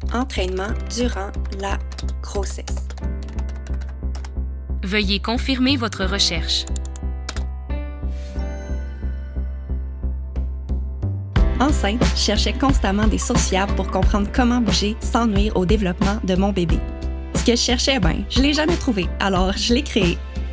entraînement durant la grossesse. Veuillez confirmer votre recherche. Enceinte, je cherchais constamment des sources fiables pour comprendre comment bouger sans nuire au développement de mon bébé. Ce que je cherchais, je l'ai jamais trouvé, alors je l'ai créé.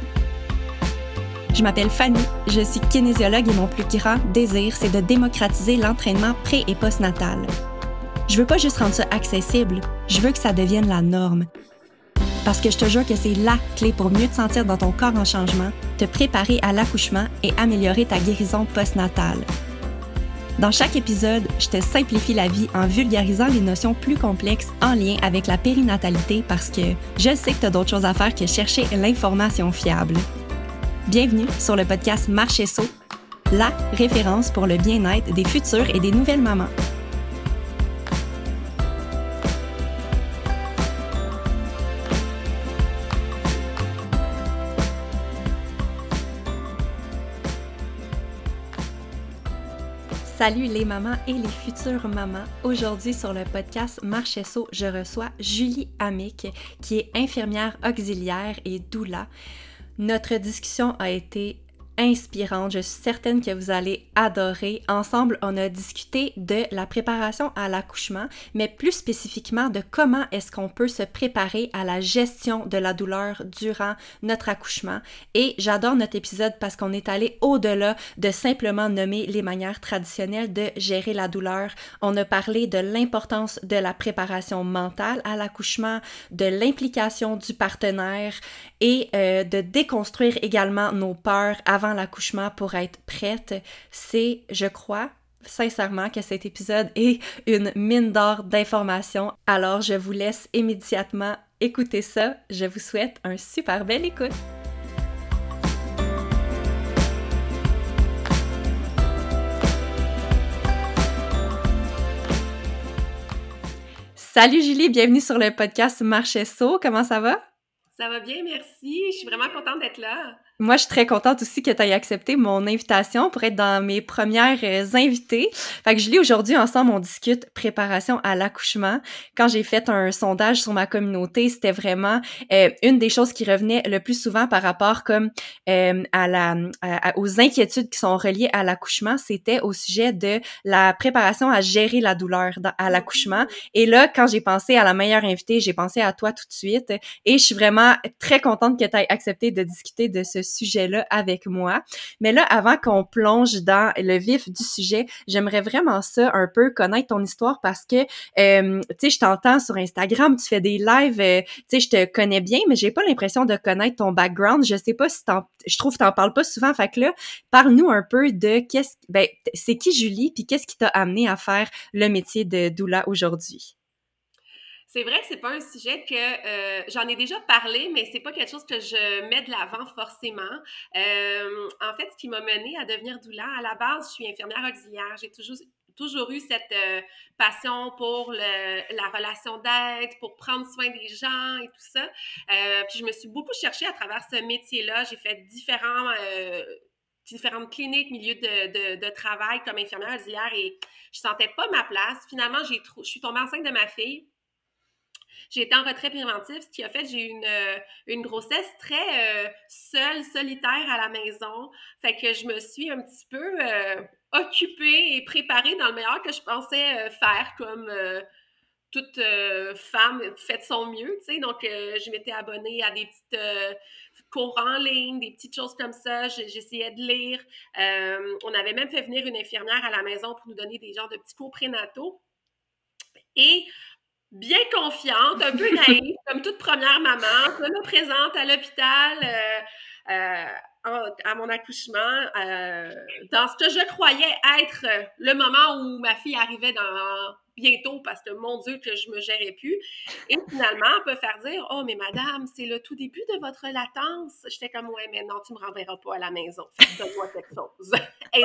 Je m'appelle Fanny, je suis kinésiologue et mon plus grand désir, c'est de démocratiser l'entraînement pré- et postnatal. Je veux pas juste rendre ça accessible, je veux que ça devienne la norme. Parce que je te jure que c'est la clé pour mieux te sentir dans ton corps en changement, te préparer à l'accouchement et améliorer ta guérison postnatale. Dans chaque épisode, je te simplifie la vie en vulgarisant les notions plus complexes en lien avec la périnatalité parce que je sais que tu as d'autres choses à faire que chercher l'information fiable. Bienvenue sur le podcast Marche et Saut, la référence pour le bien-être des futures et des nouvelles mamans. Salut les mamans et les futures mamans. Aujourd'hui sur le podcast Marche et Saut, je reçois Julie Amick, qui est infirmière auxiliaire et doula. Notre discussion a été inspirante. Je suis certaine que vous allez adorer. Ensemble, on a discuté de la préparation à l'accouchement, mais plus spécifiquement de comment est-ce qu'on peut se préparer à la gestion de la douleur durant notre accouchement. Et j'adore notre épisode parce qu'on est allé au-delà de simplement nommer les manières traditionnelles de gérer la douleur. On a parlé de l'importance de la préparation mentale à l'accouchement, de l'implication du partenaire et de déconstruire également nos peurs avant l'accouchement pour être prête. C'est, je crois, sincèrement que cet épisode est une mine d'or d'informations. Alors, je vous laisse immédiatement écouter ça. Je vous souhaite un super belle écoute. Salut Julie, bienvenue sur le podcast Marche et Saut. Comment ça va? Ça va bien, merci. Je suis vraiment contente d'être là. Moi, je suis très contente aussi que tu aies accepté mon invitation pour être dans mes premières invitées. Fait que Julie, aujourd'hui, ensemble, on discute préparation à l'accouchement. Quand j'ai fait un sondage sur ma communauté, c'était vraiment une des choses qui revenait le plus souvent par rapport comme aux inquiétudes qui sont reliées à l'accouchement, c'était au sujet de la préparation à gérer la douleur à l'accouchement. Et là, quand j'ai pensé à la meilleure invitée, j'ai pensé à toi tout de suite. Et je suis vraiment très contente que tu aies accepté de discuter de ce sujet-là avec moi. Mais là, avant qu'on plonge dans le vif du sujet, j'aimerais vraiment ça un peu connaître ton histoire parce que, tu sais, je t'entends sur Instagram, tu fais des lives, tu sais, je te connais bien, mais j'ai pas l'impression de connaître ton background. Je sais pas si je trouve que t'en parles pas souvent. Fait que là, parle-nous un peu de c'est qui Julie, puis qu'est-ce qui t'a amené à faire le métier de doula aujourd'hui? C'est vrai que c'est pas un sujet que j'en ai déjà parlé, mais c'est pas quelque chose que je mets de l'avant forcément. En fait, ce qui m'a menée à devenir doula, à la base, je suis infirmière auxiliaire. J'ai toujours eu cette passion pour la relation d'aide, pour prendre soin des gens et tout ça. Puis je me suis beaucoup cherchée à travers ce métier-là. J'ai fait différentes cliniques, milieux de travail comme infirmière auxiliaire et je sentais pas ma place. Finalement, je suis tombée enceinte de ma fille. J'ai été en retrait préventif, ce qui a fait que j'ai eu une grossesse très seule, solitaire à la maison. Fait que je me suis un petit peu occupée et préparée dans le meilleur que je pensais faire, comme toute femme fait de son mieux, tu sais. Donc, je m'étais abonnée à des petites cours en ligne, des petites choses comme ça. J'essayais de lire. On avait même fait venir une infirmière à la maison pour nous donner des genres de petits cours prénataux. Et bien confiante, un peu naïve, comme toute première maman. Je me présente à l'hôpital à mon accouchement dans ce que je croyais être le moment où ma fille arrivait dans bientôt parce que, mon Dieu, que je me gérais plus. Et finalement, on peut faire dire « Oh, mais madame, c'est le tout début de votre latence. » J'étais comme « Ouais, mais non, tu me renverras pas à la maison. Donne-moi quelque chose. Aidez-moi. »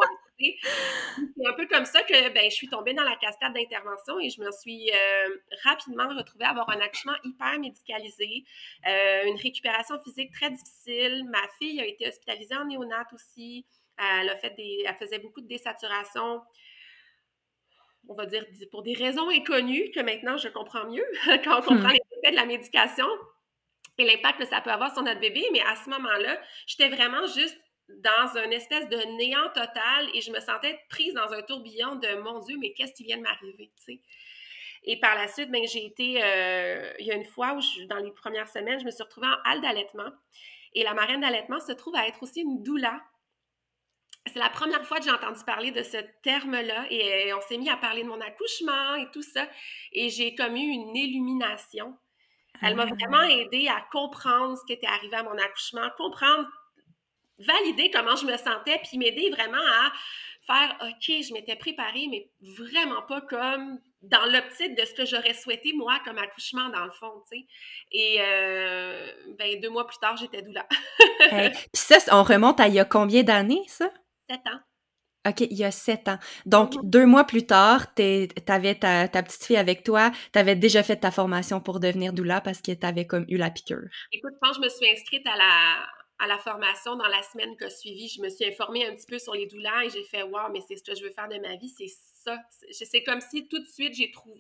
C'est un peu comme ça que je suis tombée dans la cascade d'intervention et je me suis rapidement retrouvée à avoir un accouchement hyper médicalisé, une récupération physique très difficile. Ma fille a été hospitalisée en néonate aussi. Elle faisait beaucoup de désaturation. on va dire, pour des raisons inconnues que maintenant je comprends mieux, quand on comprend Hmm. les effets de la médication et l'impact que ça peut avoir sur notre bébé. Mais à ce moment-là, j'étais vraiment juste dans une espèce de néant total et je me sentais prise dans un tourbillon de mon Dieu, mais qu'est-ce qui vient de m'arriver, tu sais? Et par la suite, ben, j'ai été, il y a une fois où, dans les premières semaines, je me suis retrouvée en halle d'allaitement. Et la marraine d'allaitement se trouve à être aussi une doula. C'est la première fois que j'ai entendu parler de ce terme-là et on s'est mis à parler de mon accouchement et tout ça. Et j'ai comme eu une illumination. Elle m'a Ah. vraiment aidée à comprendre ce qui était arrivé à mon accouchement, comprendre, valider comment je me sentais, puis m'aider vraiment à faire OK, je m'étais préparée, mais vraiment pas comme dans l'optique de ce que j'aurais souhaité, moi, comme accouchement, dans le fond, tu sais. Et ben, 2 mois plus tard, j'étais doula. Hey. Puis ça, on remonte à il y a combien d'années, ça? 7 ans. OK, il y a 7 ans. Donc, Mhm. 2 mois plus tard, t'avais ta petite fille avec toi, t'avais déjà fait ta formation pour devenir doula parce que t'avais comme eu la piqûre. Écoute, quand je me suis inscrite à la formation dans la semaine qui a suivi, je me suis informée un petit peu sur les doulas et j'ai fait wow, mais c'est ce que je veux faire de ma vie, c'est ça. C'est comme si tout de suite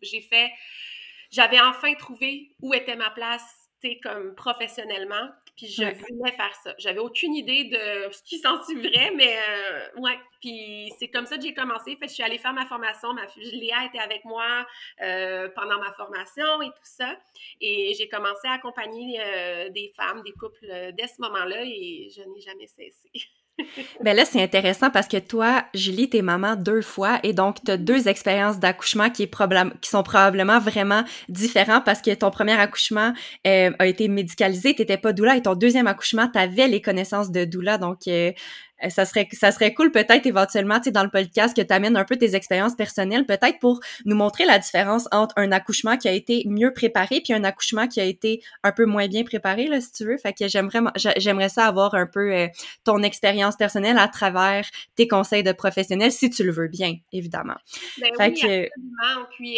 j'avais enfin trouvé où était ma place, tu sais, comme professionnellement, puis je Ouais. voulais faire ça. J'avais aucune idée de ce qui s'en suivrait, mais ouais. Puis c'est comme ça que j'ai commencé. Fait que je suis allée faire ma formation. Ma fille Léa était avec moi pendant ma formation et tout ça. Et j'ai commencé à accompagner des femmes, des couples dès ce moment-là et je n'ai jamais cessé. Ben là, c'est intéressant parce que toi, Julie, t'es maman 2 fois et donc t'as 2 expériences d'accouchement qui sont probablement vraiment différents parce que ton premier accouchement a été médicalisé, t'étais pas doula et ton deuxième accouchement, t'avais les connaissances de doula. Donc, ça serait cool peut-être éventuellement, tu sais, dans le podcast que t'amènes un peu tes expériences personnelles, peut-être pour nous montrer la différence entre un accouchement qui a été mieux préparé puis un accouchement qui a été un peu moins bien préparé, là, si tu veux. Fait que j'aimerais ça avoir un peu ton expérience personnelle à travers tes conseils de professionnels, si tu le veux bien, évidemment. Ben Fait oui, que, absolument. Puis,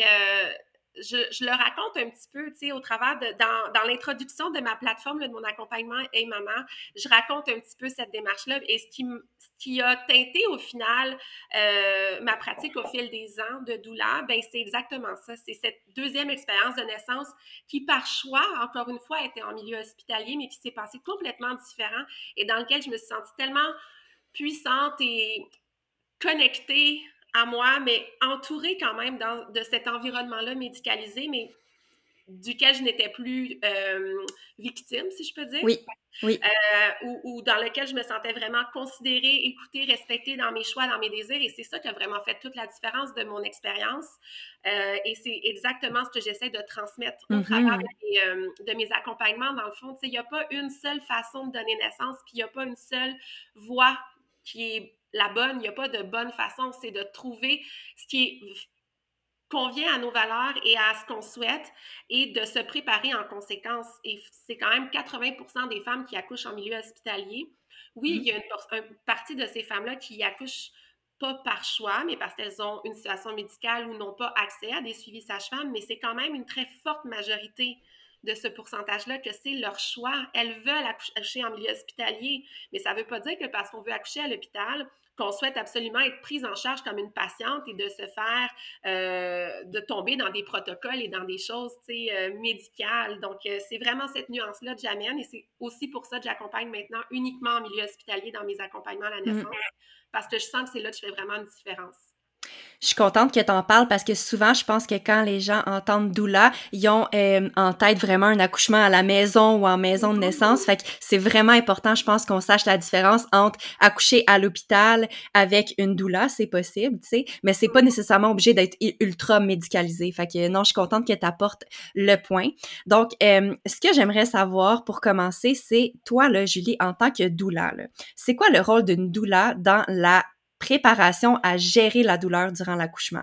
je le raconte un petit peu, tu sais, au travers dans l'introduction de ma plateforme, là, de mon accompagnement Hey Maman, je raconte un petit peu cette démarche-là et ce qui a teinté au final ma pratique au fil des ans de doula, ben c'est exactement ça. C'est cette deuxième expérience de naissance qui, par choix, encore une fois, était en milieu hospitalier, mais qui s'est passé complètement différent et dans lequel je me suis sentie tellement puissante et connectée à moi, mais entourée quand même de cet environnement-là médicalisé, mais duquel je n'étais plus victime, si je peux dire, oui, oui. ou dans lequel je me sentais vraiment considérée, écoutée, respectée dans mes choix, dans mes désirs. Et c'est ça qui a vraiment fait toute la différence de mon expérience. Et c'est exactement ce que j'essaie de transmettre au travers Mhm. de mes accompagnements. Dans le fond, il n'y a pas une seule façon de donner naissance, puis il n'y a pas une seule voie qui est la bonne. Il n'y a pas de bonne façon. C'est de trouver ce qui convient à nos valeurs et à ce qu'on souhaite et de se préparer en conséquence. Et c'est quand même 80% des femmes qui accouchent en milieu hospitalier. Oui, il y a une partie de ces femmes-là qui accouchent pas par choix, mais parce qu'elles ont une situation médicale ou n'ont pas accès à des suivis sages-femmes, mais c'est quand même une très forte majorité de ce pourcentage-là que c'est leur choix. Elles veulent accoucher en milieu hospitalier, mais ça ne veut pas dire que parce qu'on veut accoucher à l'hôpital, qu'on souhaite absolument être prise en charge comme une patiente et de se faire, de tomber dans des protocoles et dans des choses, tu sais, médicales. Donc, c'est vraiment cette nuance-là que j'amène et c'est aussi pour ça que j'accompagne maintenant uniquement en milieu hospitalier dans mes accompagnements à la Mm. naissance, parce que je sens que c'est là que je fais vraiment une différence. Je suis contente que tu en parles parce que souvent, je pense que quand les gens entendent doula, ils ont en tête vraiment un accouchement à la maison ou en maison de naissance. Fait que c'est vraiment important, je pense, qu'on sache la différence entre accoucher à l'hôpital avec une doula, c'est possible, tu sais, mais c'est pas nécessairement obligé d'être ultra médicalisé. Fait que non, je suis contente que tu apportes le point. Donc, ce que j'aimerais savoir pour commencer, c'est toi, là, Julie, en tant que doula, là, c'est quoi le rôle d'une doula dans la préparation à gérer la douleur durant l'accouchement?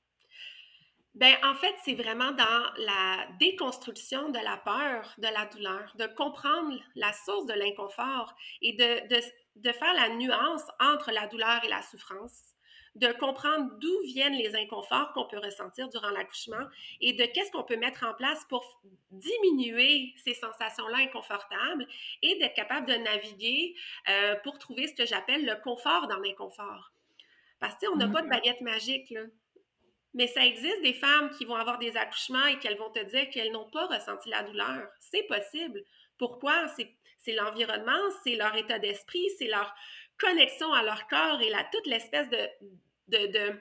Ben, en fait, c'est vraiment dans la déconstruction de la peur, de la douleur, de comprendre la source de l'inconfort et de faire la nuance entre la douleur et la souffrance, de comprendre d'où viennent les inconforts qu'on peut ressentir durant l'accouchement et de qu'est-ce qu'on peut mettre en place pour diminuer ces sensations-là inconfortables et d'être capable de naviguer pour trouver ce que j'appelle le confort dans l'inconfort. Parce que, tu sais, on n'a Mmh. pas de baguette magique, là. Mais ça existe des femmes qui vont avoir des accouchements et qu'elles vont te dire qu'elles n'ont pas ressenti la douleur. C'est possible. Pourquoi? C'est l'environnement, c'est leur état d'esprit, c'est leur connexion à leur corps et toute l'espèce de, de,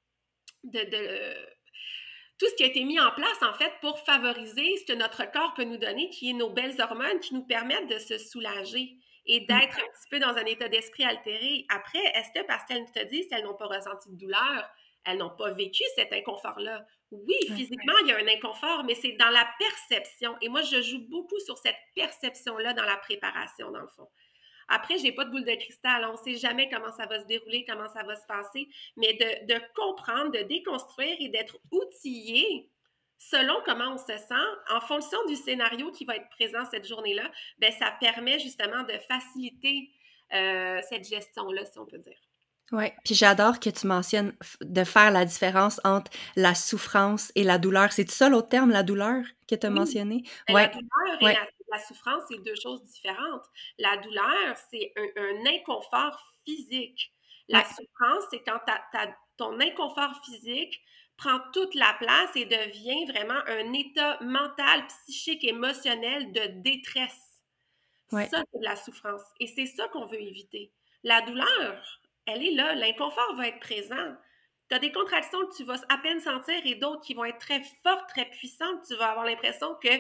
de tout ce qui a été mis en place, en fait, pour favoriser ce que notre corps peut nous donner, qui est nos belles hormones qui nous permettent de se soulager et d'être un petit peu dans un état d'esprit altéré. Après, est-ce que parce qu'elles te disent qu'elles n'ont pas ressenti de douleur, elles n'ont pas vécu cet inconfort-là? Oui, physiquement, il y a un inconfort, mais c'est dans la perception. Et moi, je joue beaucoup sur cette perception-là dans la préparation, dans le fond. Après, j'ai pas de boule de cristal. On ne sait jamais comment ça va se dérouler, comment ça va se passer, mais de comprendre, de déconstruire et d'être outillé selon comment on se sent, en fonction du scénario qui va être présent cette journée-là, ben ça permet justement de faciliter cette gestion-là, si on peut dire. Oui, puis j'adore que tu mentionnes de faire la différence entre la souffrance et la douleur. C'est ça l'autre terme, la douleur, que tu as Oui, mentionné? ben, la Ouais, douleur et ouais, la souffrance, c'est deux choses différentes. La douleur, c'est un inconfort physique. La ouais, souffrance, c'est quand ton inconfort physique prend toute la place et devient vraiment un état mental, psychique, émotionnel de détresse. ouais, Ça, c'est de la souffrance. Et c'est ça qu'on veut éviter. La douleur, elle est là. L'inconfort va être présent. Tu as des contractions que tu vas à peine sentir et d'autres qui vont être très fortes, très puissantes. Tu vas avoir l'impression que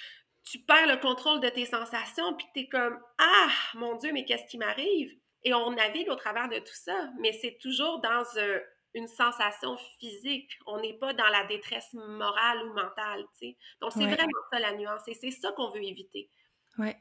tu perds le contrôle de tes sensations puis que tu es comme « Ah, mon Dieu, mais qu'est-ce qui m'arrive? » Et on navigue au travers de tout ça, mais c'est toujours dans une sensation physique. On n'est pas dans la détresse morale ou mentale, tu sais. Donc, c'est ouais, vraiment ça la nuance et c'est ça qu'on veut éviter. ouais.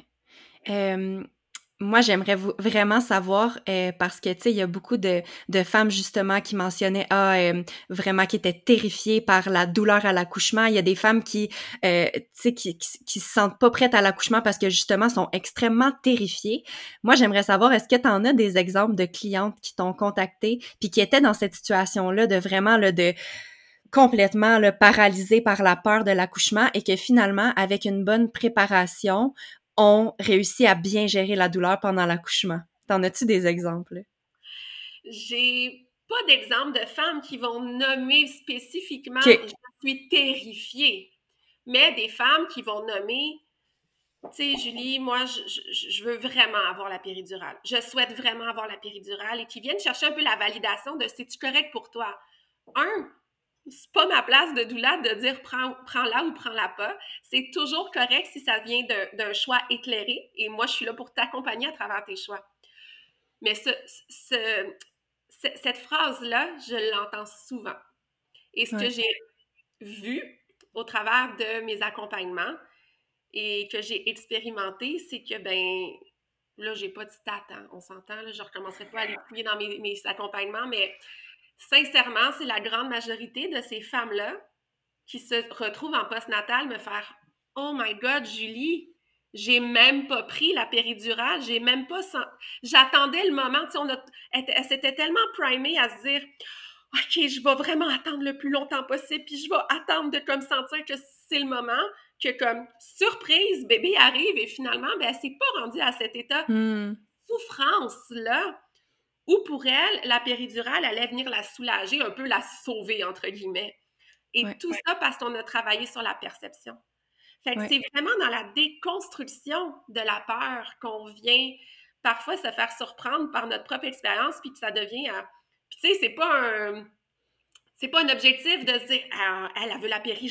Euh, Moi, j'aimerais vraiment savoir, parce que, tu sais, il y a beaucoup de femmes, justement, qui mentionnaient, vraiment, qui étaient terrifiées par la douleur à l'accouchement. Il y a des femmes qui, tu sais, qui se sentent pas prêtes à l'accouchement parce que, justement, sont extrêmement terrifiées. Moi, j'aimerais savoir, est-ce que tu en as des exemples de clientes qui t'ont contacté puis qui étaient dans cette situation-là de vraiment, là, de complètement là, paralysées par la peur de l'accouchement et que finalement, avec une bonne préparation, on réussit à bien gérer la douleur pendant l'accouchement. T'en as-tu des exemples? J'ai pas d'exemple de femmes qui vont nommer spécifiquement OK. « je suis terrifiée », mais des femmes qui vont nommer « tu sais, Julie, moi, je veux vraiment avoir la péridurale. Je souhaite vraiment avoir la péridurale » et qui viennent chercher un peu la validation de « c'est-tu correct pour toi? » C'est pas ma place de doula de dire prends-la ou prends-la pas. C'est toujours correct si ça vient d'un choix éclairé et moi, je suis là pour t'accompagner à travers tes choix. Mais cette phrase-là, je l'entends souvent. Et ce que Ouais. j'ai vu au travers de mes accompagnements et que j'ai expérimenté, c'est que, ben, là, j'ai pas de stats, hein, on s'entend, là, je recommencerai pas à aller fouiller dans mes accompagnements, mais sincèrement, c'est la grande majorité de ces femmes-là qui se retrouvent en postnatal me faire « Oh my God, Julie, j'ai même pas pris la péridurale, j'ai même pas j'attendais le moment, tu sais, elle s'était tellement primée à se dire OK, je vais vraiment attendre le plus longtemps possible, puis je vais attendre de comme sentir que c'est le moment, que comme surprise, bébé arrive et finalement, ben, elle s'est pas rendue à cet état de Hmm. souffrance-là où pour elle, la péridurale allait venir la soulager, un peu la sauver, entre guillemets. Et Ouais. tout ça parce qu'on a travaillé sur la perception. Fait que Ouais. c'est vraiment dans la déconstruction de la peur qu'on vient parfois se faire surprendre par notre propre expérience, puis que ça devient... Puis tu sais, c'est pas un objectif de se dire ah, elle veut la péri,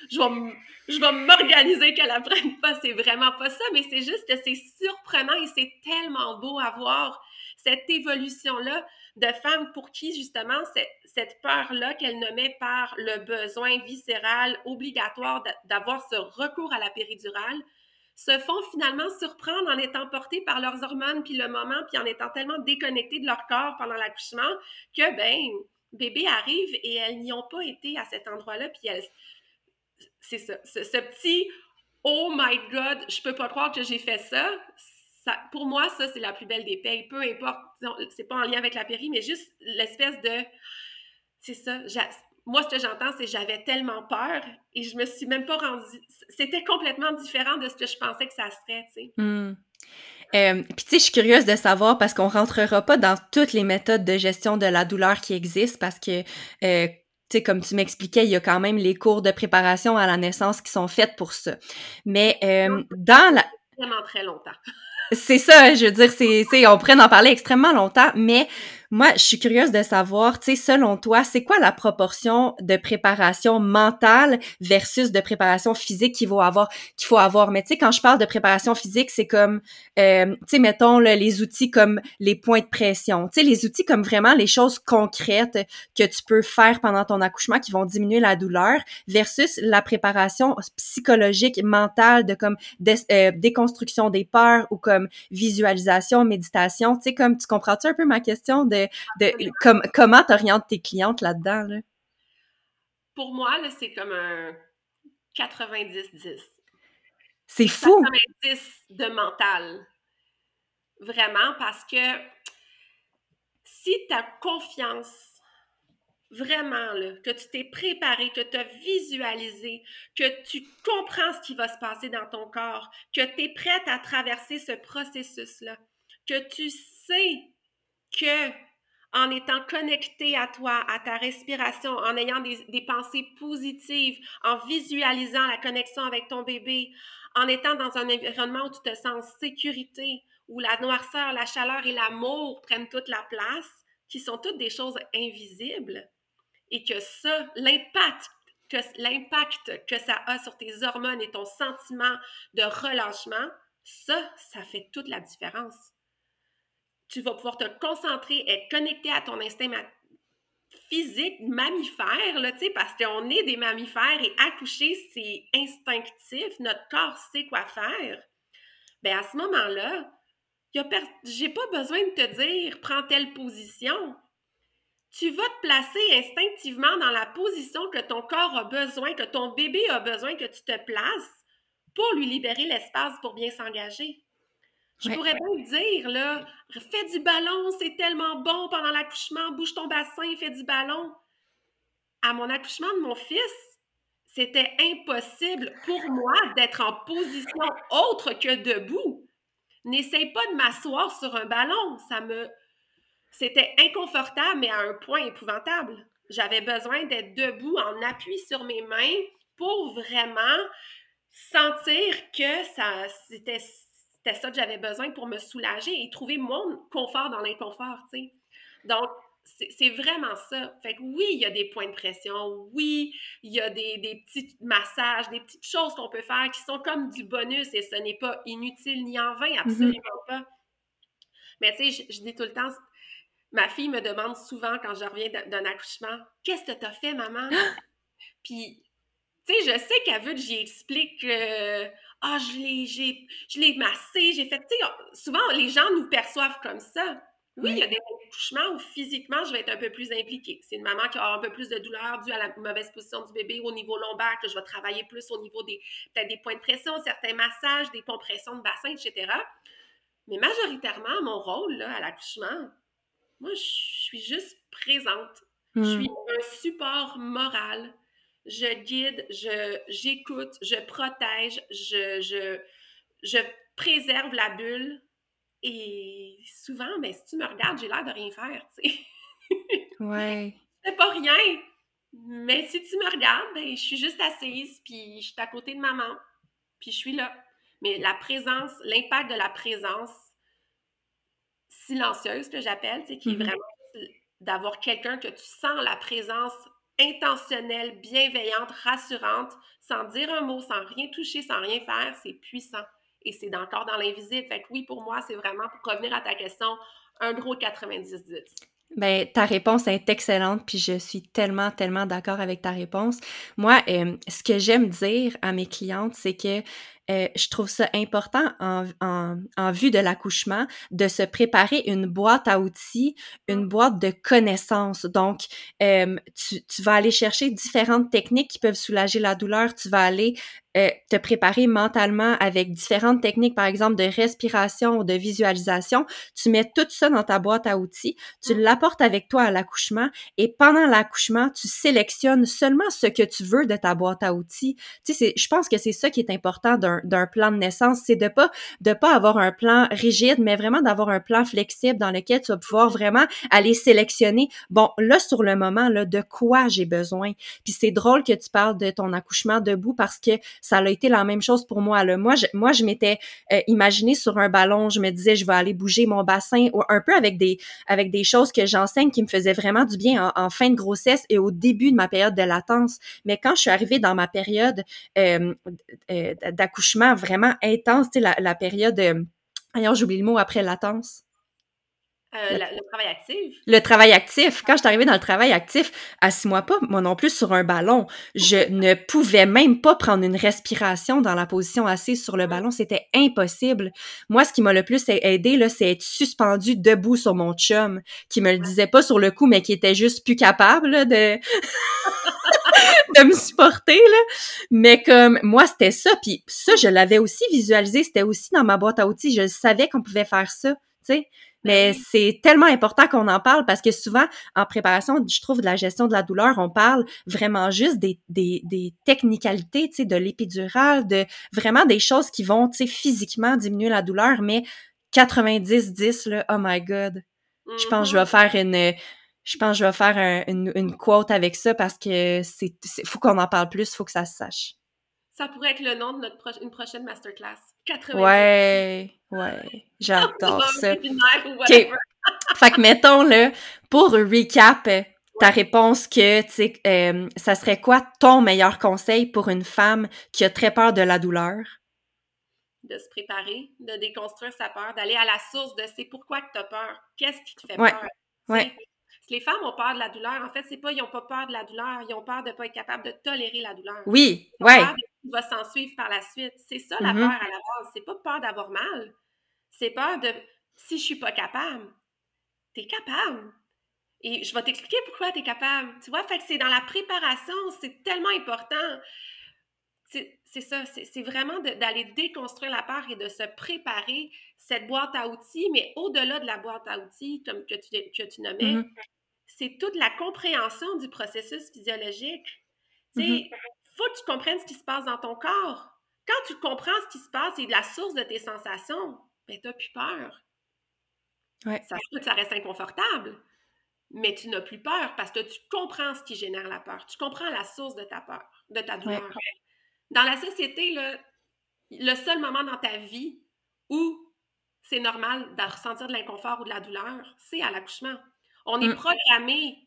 je vais m'organiser qu'elle apprenne pas. C'est vraiment pas ça, mais c'est juste que c'est surprenant et c'est tellement beau à voir cette évolution-là de femmes pour qui, justement, cette peur-là qu'elle nommait par le besoin viscéral obligatoire d'avoir ce recours à la péridurale, se font finalement surprendre en étant portées par leurs hormones, puis le moment, puis en étant tellement déconnectées de leur corps pendant l'accouchement que, ben, bébé arrive et elles n'y ont pas été à cet endroit-là, puis c'est ça, ce petit « Oh my God, je peux pas croire que j'ai fait ça », pour moi, ça, c'est la plus belle des payes. Peu importe, c'est pas en lien avec la péri, mais juste l'espèce de... C'est ça, moi, ce que j'entends, c'est j'avais tellement peur et je me suis même pas rendue... C'était complètement différent de ce que je pensais que ça serait, tu sais. Hmm. Puis tu sais, je suis curieuse de savoir parce qu'on rentrera pas dans toutes les méthodes de gestion de la douleur qui existent parce que tu sais, comme tu m'expliquais, il y a quand même les cours de préparation à la naissance qui sont faits pour ça. Mais Non, dans la... vraiment très longtemps. C'est ça, je veux dire, on pourrait en parler extrêmement longtemps, mais moi, je suis curieuse de savoir, tu sais, selon toi, c'est quoi la proportion de préparation mentale versus de préparation physique qu'il faut avoir? Mais tu sais, quand je parle de préparation physique, c'est comme, tu sais, mettons, là, les outils comme les points de pression, tu sais, les outils comme vraiment les choses concrètes que tu peux faire pendant ton accouchement qui vont diminuer la douleur versus la préparation psychologique, mentale de comme déconstruction des peurs ou comme visualisation, méditation. Tu sais, comme, tu comprends-tu un peu ma question comment t'orientes tes clientes là-dedans, là? Pour moi, là, c'est comme un 90-10. C'est fou! 90 de mental. Vraiment, parce que si tu as confiance, vraiment, là, que tu t'es préparé, que tu as visualisé, que tu comprends ce qui va se passer dans ton corps, que tu es prête à traverser ce processus-là, que tu sais que en étant connecté à toi, à ta respiration, en ayant des pensées positives, en visualisant la connexion avec ton bébé, en étant dans un environnement où tu te sens en sécurité, où la noirceur, la chaleur et l'amour prennent toute la place, qui sont toutes des choses invisibles, et que ça, l'impact que ça a sur tes hormones et ton sentiment de relâchement, ça fait toute la différence. Tu vas pouvoir te concentrer, être connecté à ton instinct physique, mammifère, là, parce qu'on est des mammifères et accoucher, c'est instinctif. Notre corps sait quoi faire. Bien, à ce moment-là, j'ai pas besoin de te dire « prends telle position ». Tu vas te placer instinctivement dans la position que ton corps a besoin, que ton bébé a besoin que tu te places pour lui libérer l'espace pour bien s'engager. Je Ouais. pourrais bien te dire, là, fais du ballon, c'est tellement bon pendant l'accouchement, bouge ton bassin, fais du ballon. À mon accouchement de mon fils, c'était impossible pour moi d'être en position autre que debout. N'essaye pas de m'asseoir sur un ballon, c'était inconfortable, mais à un point épouvantable. J'avais besoin d'être debout en appui sur mes mains pour vraiment sentir que c'était ça que j'avais besoin pour me soulager et trouver mon confort dans l'inconfort, tu sais. Donc, c'est vraiment ça. Fait que oui, il y a des points de pression, oui, il y a des petits massages, des petites choses qu'on peut faire qui sont comme du bonus et ce n'est pas inutile ni en vain, Mm-hmm. absolument pas. Mais tu sais, je dis tout le temps, ma fille me demande souvent quand je reviens d'un accouchement, « Qu'est-ce que t'as fait, maman? » Puis tu sais, je sais qu'elle veut que j'y explique je l'ai massé, j'ai fait, tu sais, souvent, les gens nous perçoivent comme ça. Oui, il y a Ouais. des accouchements où physiquement, je vais être un peu plus impliquée. C'est une maman qui aura un peu plus de douleur due à la mauvaise position du bébé au niveau lombaire, que je vais travailler plus au niveau peut-être des points de pression, certains massages, des compressions de bassin, etc. Mais majoritairement, mon rôle là, à l'accouchement, moi, je suis juste présente. Je Mm. suis un support moral. Je guide, j'écoute, je protège, je préserve la bulle. Et souvent, ben, si tu me regardes, j'ai l'air de rien faire, tu sais. Ouais. Je fais pas rien. Mais si tu me regardes, ben, je suis juste assise, puis je suis à côté de maman, puis je suis là. Mais la présence, l'impact de la présence silencieuse que j'appelle, tu sais, qui est Mm-hmm. vraiment d'avoir quelqu'un que tu sens la présence intentionnelle, bienveillante, rassurante, sans dire un mot, sans rien toucher, sans rien faire, c'est puissant. Et c'est encore dans l'invisible. Fait que oui, pour moi, c'est vraiment, pour revenir à ta question, un gros 90-10. Ben, ta réponse est excellente, puis je suis tellement, tellement d'accord avec ta réponse. Moi, ce que j'aime dire à mes clientes, c'est que je trouve ça important en vue de l'accouchement de se préparer une boîte à outils, une boîte de connaissances. Donc, tu vas aller chercher différentes techniques qui peuvent soulager la douleur. Tu vas aller te préparer mentalement avec différentes techniques, par exemple de respiration ou de visualisation. Tu mets tout ça dans ta boîte à outils, tu l'apportes avec toi à l'accouchement et pendant l'accouchement, tu sélectionnes seulement ce que tu veux de ta boîte à outils. Tu sais, je pense que c'est ça qui est important d'un plan de naissance, c'est de pas avoir un plan rigide, mais vraiment d'avoir un plan flexible dans lequel tu vas pouvoir vraiment aller sélectionner, bon, là, sur le moment, là, de quoi j'ai besoin. Puis c'est drôle que tu parles de ton accouchement debout parce que ça a été la même chose pour moi, là. Moi, je m'étais imaginée sur un ballon, je me disais, je vais aller bouger mon bassin, ou un peu avec des choses que j'enseigne qui me faisaient vraiment du bien en fin de grossesse et au début de ma période de latence. Mais quand je suis arrivée dans ma période d'accouchement vraiment intense, tu sais, la période... D'ailleurs, j'oublie le mot après latence. Le travail actif. Le travail actif. Quand je suis arrivée dans le travail actif, assis-moi pas, moi non plus, sur un ballon. Je ne pouvais même pas prendre une respiration dans la position assise sur le ballon. C'était impossible. Moi, ce qui m'a le plus aidé, là, c'est être suspendue debout sur mon chum, qui me le disait pas sur le coup, mais qui était juste plus capable, là, de me supporter, là. Mais comme, moi, c'était ça. Puis ça, je l'avais aussi visualisé. C'était aussi dans ma boîte à outils. Je savais qu'on pouvait faire ça, tu sais. Mais c'est tellement important qu'on en parle parce que souvent, en préparation, je trouve, de la gestion de la douleur, on parle vraiment juste des technicalités, tu sais, de l'épidurale, de vraiment des choses qui vont, tu sais, physiquement diminuer la douleur, mais 90-10, là, oh my God. Je pense que je vais faire une quote avec ça parce que faut qu'on en parle plus, faut que ça se sache. Ça pourrait être le nom de une prochaine masterclass. 90. Ouais, j'adore ça. Ou whatever. OK. Fait que mettons, là, pour recap ta réponse que, tu sais, ça serait quoi ton meilleur conseil pour une femme qui a très peur de la douleur? De se préparer, de déconstruire sa peur, d'aller à la source de c'est pourquoi que tu as peur, qu'est-ce qui te fait Ouais, peur. ouais. Si les femmes ont peur de la douleur, en fait, c'est pas ils n'ont pas peur de la douleur, ils ont peur de ne pas être capables de tolérer la douleur. Oui, Ils ont peur ouais. de ce qui va s'en suivre par la suite. C'est ça la peur Mhm, à la base. C'est pas peur d'avoir mal. C'est peur de si je suis pas capable, t'es capable. Et je vais t'expliquer pourquoi tu es capable. Tu vois, fait que c'est dans la préparation, c'est tellement important. C'est ça, c'est vraiment d'aller déconstruire la peur et de se préparer cette boîte à outils, mais au-delà de la boîte à outils, comme que tu nommais, mhm, c'est toute la compréhension du processus physiologique. Tu sais, mhm. il faut que tu comprennes ce qui se passe dans ton corps. Quand tu comprends ce qui se passe et la source de tes sensations, ben, tu n'as plus peur. Ouais. Ça se peut que ça reste inconfortable, mais tu n'as plus peur parce que tu comprends ce qui génère la peur. Tu comprends la source de ta peur, de ta Ouais. douleur. Dans la société, là, le seul moment dans ta vie où c'est normal de ressentir de l'inconfort ou de la douleur, c'est à l'accouchement. On est Mm. programmé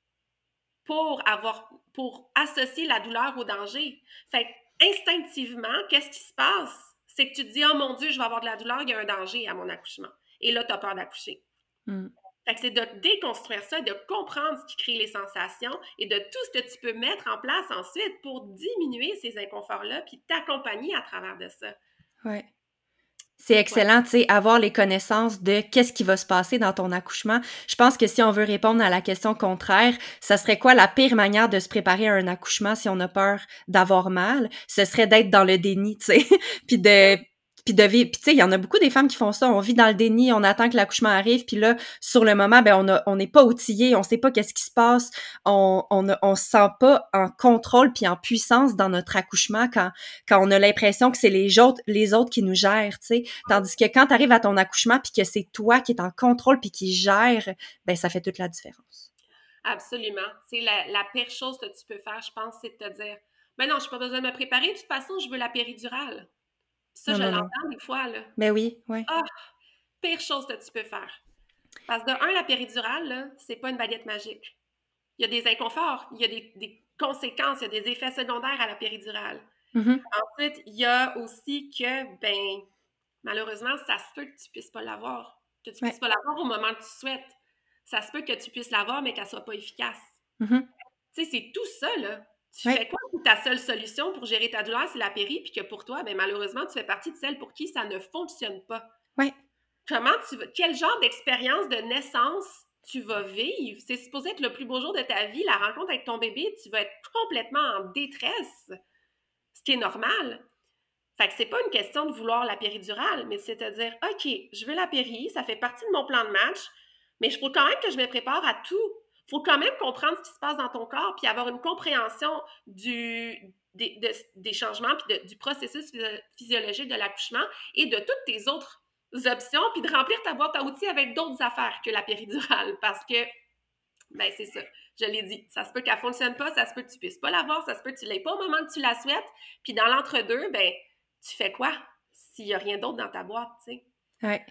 pour associer la douleur au danger. Fait que, instinctivement, qu'est-ce qui se passe? C'est que tu te dis, oh mon Dieu, je vais avoir de la douleur, il y a un danger à mon accouchement. Et là, tu as peur d'accoucher. Mm. Fait que c'est de déconstruire ça, de comprendre ce qui crée les sensations et de tout ce que tu peux mettre en place ensuite pour diminuer ces inconforts-là puis t'accompagner à travers de ça. Ouais. C'est Ouais. excellent, tu sais, avoir les connaissances de qu'est-ce qui va se passer dans ton accouchement. Je pense que si on veut répondre à la question contraire, ça serait quoi la pire manière de se préparer à un accouchement si on a peur d'avoir mal? Ce serait d'être dans le déni, tu sais, puis de vivre. Puis tu sais, il y en a beaucoup des femmes qui font ça. On vit dans le déni, on attend que l'accouchement arrive, puis là, sur le moment, ben on n'est pas outillé, on sait pas qu'est-ce qui se passe, on se sent pas en contrôle puis en puissance dans notre accouchement quand on a l'impression que c'est les autres qui nous gèrent, tu sais. Tandis que quand tu arrives à ton accouchement puis que c'est toi qui es en contrôle puis qui gère, ben ça fait toute la différence. Absolument. C'est la pire chose que tu peux faire, je pense, c'est de te dire, ben non, je n'ai pas besoin de me préparer, de toute façon, je veux la péridurale. Ça, Non, je non, non. l'entends des fois, là. Ben oui, ouais. Ah, pire chose que tu peux faire. Parce que de un, la péridurale, là, c'est pas une baguette magique. Il y a des inconforts, il y a des conséquences, il y a des effets secondaires à la péridurale. Mhm. Ensuite, il y a aussi que, ben, malheureusement, ça se peut que tu puisses pas l'avoir. Que tu Ouais. puisses pas l'avoir au moment que tu souhaites. Ça se peut que tu puisses l'avoir, mais qu'elle soit pas efficace. Mhm. Tu sais, c'est tout ça, là. Tu Ouais. fais quoi si ta seule solution pour gérer ta douleur, c'est la péri, puis que pour toi, ben, malheureusement, tu fais partie de celles pour qui ça ne fonctionne pas. Ouais. Quel genre d'expérience de naissance tu vas vivre? C'est supposé être le plus beau jour de ta vie, la rencontre avec ton bébé, tu vas être complètement en détresse. ce qui est normal. Fait que c'est pas une question de vouloir la péridurale, mais c'est de dire, OK, je veux la péri, ça fait partie de mon plan de match, mais il faut quand même que je me prépare à tout. Il faut quand même comprendre ce qui se passe dans ton corps, puis avoir une compréhension des changements, puis du processus physiologique de l'accouchement et de toutes tes autres options, puis de remplir ta boîte à outils avec d'autres affaires que la péridurale, parce que, ben c'est ça, je l'ai dit, ça se peut qu'elle ne fonctionne pas, ça se peut que tu ne puisses pas l'avoir, ça se peut que tu ne l'aies pas au moment que tu la souhaites, puis dans l'entre-deux, ben tu fais quoi s'il n'y a rien d'autre dans ta boîte, tu sais? Ouais.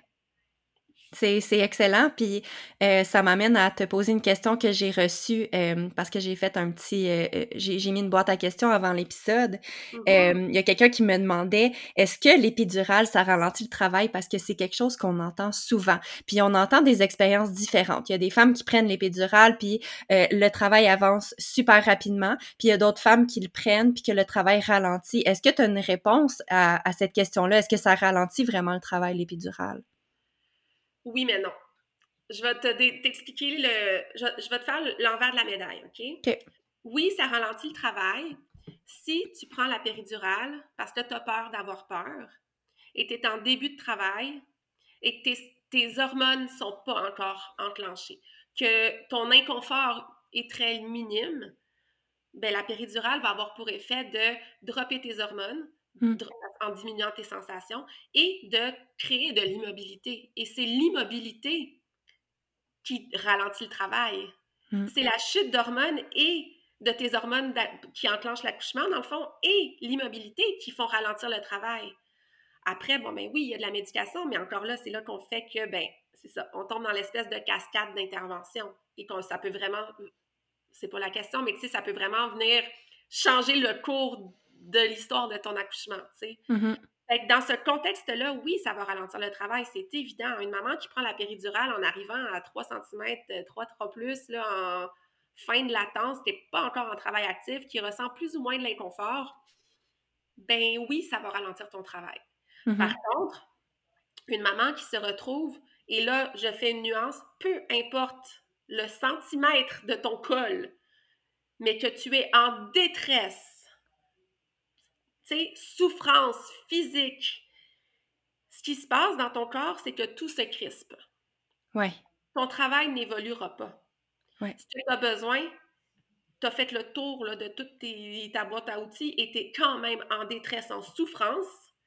C'est excellent, puis ça m'amène à te poser une question que j'ai reçue parce que j'ai fait un petit... j'ai mis une boîte à questions avant l'épisode. Il y a quelqu'un qui me demandait, est-ce que l'épidurale, ça ralentit le travail? Parce que c'est quelque chose qu'on entend souvent. Puis on entend des expériences différentes. Il y a des femmes qui prennent l'épidurale, puis le travail avance super rapidement. Puis il y a d'autres femmes qui le prennent, puis que le travail ralentit. Est-ce que tu as une réponse à cette question-là? Est-ce que ça ralentit vraiment le travail, l'épidurale? Oui, mais non. Je vais t'expliquer je vais te faire l'envers de la médaille, OK? OK. Oui, ça ralentit le travail si tu prends la péridurale parce que tu as peur d'avoir peur et tu es en début de travail et que tes hormones ne sont pas encore enclenchées, que ton inconfort est très minime, ben, la péridurale va avoir pour effet de dropper tes hormones en diminuant tes sensations et de créer de l'immobilité. Et c'est l'immobilité qui ralentit le travail. C'est la chute d'hormones et de tes hormones qui enclenchent l'accouchement, dans le fond, et l'immobilité qui font ralentir le travail. Après, bon, ben oui, il y a de la médication, mais encore là, c'est là qu'on fait que, ben, c'est ça, on tombe dans l'espèce de cascade d'intervention et ça peut vraiment, c'est pas la question, mais tu sais, ça peut vraiment venir changer le cours de l'histoire de ton accouchement, tu sais. Fait que dans ce contexte-là, oui, ça va ralentir le travail, c'est évident. Une maman qui prend la péridurale en arrivant à 3 cm, 3 plus, là, en fin de latence, qui n'est pas encore en travail actif, qui ressent plus ou moins de l'inconfort, ben oui, ça va ralentir ton travail. Par contre, une maman qui se retrouve, et là, je fais une nuance, peu importe le centimètre de ton col, mais que tu es en détresse, tu sais, souffrance physique, ce qui se passe dans ton corps, c'est que tout se crispe. Ouais. Ton travail n'évoluera pas. Ouais. Si tu as besoin, tu as fait le tour là, de toute ta boîte à outils et tu es quand même en détresse, en souffrance,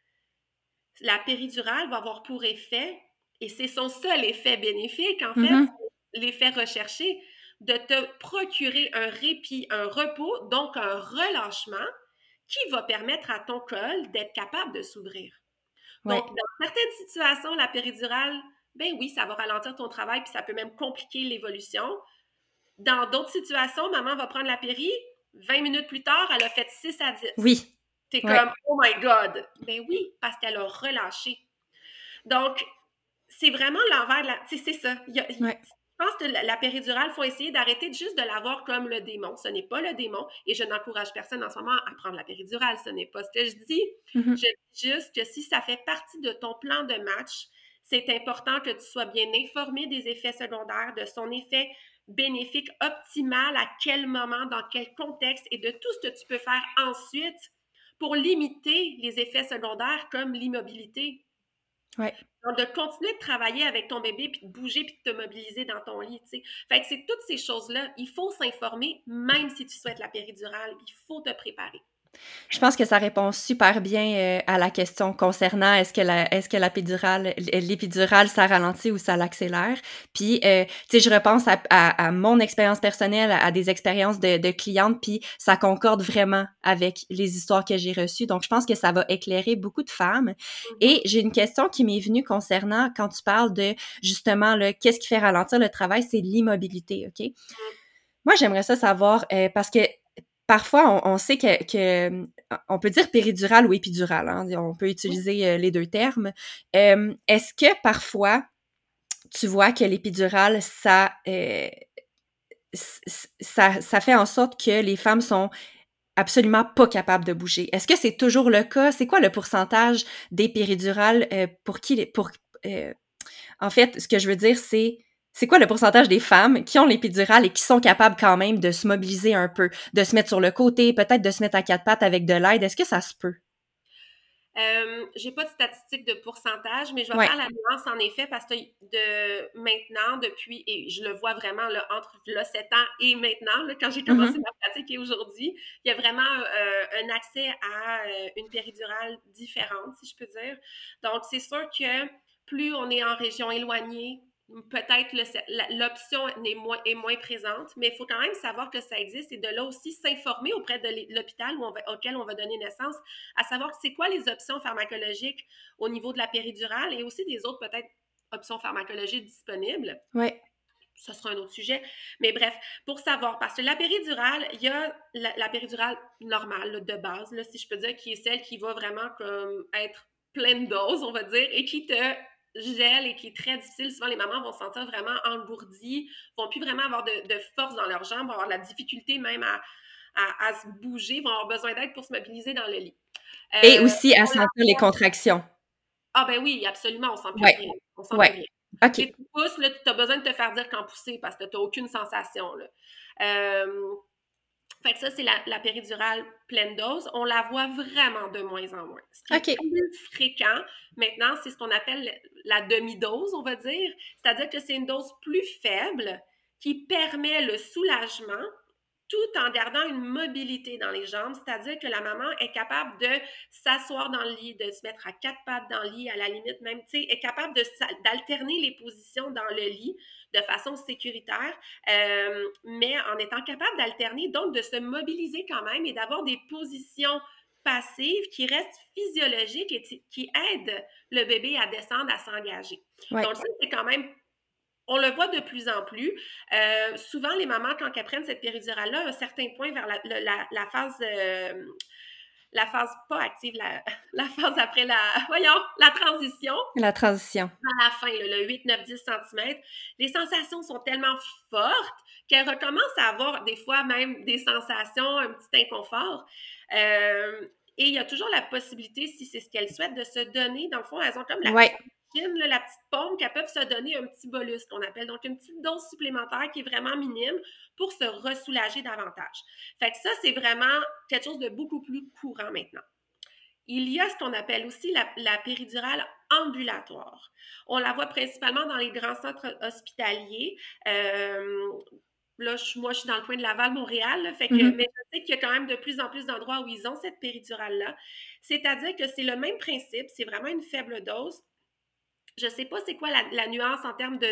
la péridurale va avoir pour effet, et c'est son seul effet bénéfique, en fait, l'effet recherché, de te procurer un répit, un repos, donc un relâchement qui va permettre à ton col d'être capable de s'ouvrir. Ouais. Donc, dans certaines situations, la péridurale, ben oui, ça va ralentir ton travail puis ça peut même compliquer l'évolution. Dans d'autres situations, maman va prendre la péri, 20 minutes plus tard, elle a fait 6 à 10. Oui. T'es comme, oh my God! Ben oui, parce qu'elle a relâché. Donc, c'est vraiment l'envers de la... Tu sais, c'est ça. Je pense que la péridurale, il faut essayer d'arrêter juste de la voir comme le démon. Ce n'est pas le démon et je n'encourage personne en ce moment à prendre la péridurale. Ce n'est pas ce que je dis. Je dis juste que si ça fait partie de ton plan de match, c'est important que tu sois bien informé des effets secondaires, de son effet bénéfique optimal, à quel moment, dans quel contexte et de tout ce que tu peux faire ensuite pour limiter les effets secondaires comme l'immobilité. Ouais. Donc, de continuer de travailler avec ton bébé, puis de bouger, puis de te mobiliser dans ton lit, tu sais. Fait que c'est toutes ces choses-là. Il faut s'informer, même si tu souhaites la péridurale. Il faut te préparer. Je pense que ça répond super bien à la question concernant est-ce que l'épidurale, ça ralentit ou ça l'accélère. Puis, tu sais, je repense à mon expérience personnelle, à des expériences de clientes, puis ça concorde vraiment avec les histoires que j'ai reçues. Donc, je pense que ça va éclairer beaucoup de femmes. Et j'ai une question qui m'est venue concernant quand tu parles de, justement, qu'est-ce qui fait ralentir le travail, c'est l'immobilité, OK? Moi, j'aimerais ça savoir, parce que parfois, on sait que on peut dire péridurale ou épidurale, hein, on peut utiliser les deux termes. Est-ce que parfois, tu vois que l'épidurale, ça fait en sorte que les femmes sont absolument pas capables de bouger? Est-ce que c'est toujours le cas? C'est quoi le pourcentage des péridurales en fait, ce que je veux dire, c'est C'est quoi le pourcentage des femmes qui ont l'épidurale et qui sont capables quand même de se mobiliser un peu, de se mettre sur le côté, peut-être de se mettre à quatre pattes avec de l'aide? Est-ce que ça se peut? J'ai pas de statistiques de pourcentage, mais je vais Ouais. faire la nuance en effet parce que de maintenant, depuis, et je le vois vraiment là, entre là, 7 ans et maintenant, là, quand j'ai commencé Mhm. ma pratique et aujourd'hui, il y a vraiment un accès à une péridurale différente, si je peux dire. Donc, c'est sûr que plus on est en région éloignée, peut-être l'option est moins présente, mais il faut quand même savoir que ça existe et de là aussi s'informer auprès de l'hôpital auquel on va donner naissance, à savoir c'est quoi les options pharmacologiques au niveau de la péridurale et aussi des autres peut-être options pharmacologiques disponibles. Ouais. Ça sera un autre sujet. Mais bref, pour savoir, parce que la péridurale, il y a la péridurale normale, là, de base, là, si je peux dire, qui est celle qui va vraiment comme être pleine dose, on va dire, et qui te gèle et qui est très difficile. Souvent, les mamans vont se sentir vraiment engourdies, vont plus vraiment avoir de force dans leurs jambes, vont avoir de la difficulté même à se bouger, vont avoir besoin d'aide pour se mobiliser dans le lit. Et Euh, aussi à on la sentir les contractions. Ah ben oui, absolument, on sent plus Ouais. rien. On sent plus Ouais. rien. Tu OK. sais, tu pousses, là, tu as besoin de te faire dire quand pousser parce que tu n'as aucune sensation, là. Euh, Fait que ça, c'est la péridurale pleine dose. On la voit vraiment de moins en moins. Ce qui est OK. plus fréquent maintenant, c'est ce qu'on appelle la demi-dose, on va dire. C'est-à-dire que c'est une dose plus faible qui permet le soulagement tout en gardant une mobilité dans les jambes, c'est-à-dire que la maman est capable de s'asseoir dans le lit, de se mettre à quatre pattes dans le lit, à la limite même, tu sais, est capable d'alterner les positions dans le lit de façon sécuritaire, mais en étant capable d'alterner, donc de se mobiliser quand même et d'avoir des positions passives qui restent physiologiques et qui aident le bébé à descendre, à s'engager. Ouais. Donc ça, c'est quand même on le voit de plus en plus. Souvent, les mamans, quand elles prennent cette péridurale-là, à un certain point vers la phase pas active, la phase après la transition, La transition. à la fin, là, le 8, 9, 10 cm, les sensations sont tellement fortes qu'elles recommencent à avoir des fois même des sensations, un petit inconfort. Et il y a toujours la possibilité, si c'est ce qu'elles souhaitent, de se donner, dans le fond, elles ont comme la petite Ouais. machine, là, la petite pompe, qu'elles peuvent se donner un petit bolus qu'on appelle, donc une petite dose supplémentaire qui est vraiment minime pour se ressoulager davantage. Fait que ça, c'est vraiment quelque chose de beaucoup plus courant maintenant. Il y a ce qu'on appelle aussi la péridurale ambulatoire. On la voit principalement dans les grands centres hospitaliers. Là, moi, je suis dans le coin de Laval, Montréal, là, Mhm. mais je sais qu'il y a quand même de plus en plus d'endroits où ils ont cette péridurale-là. C'est-à-dire que c'est le même principe, c'est vraiment une faible dose. Je ne sais pas c'est quoi la nuance en termes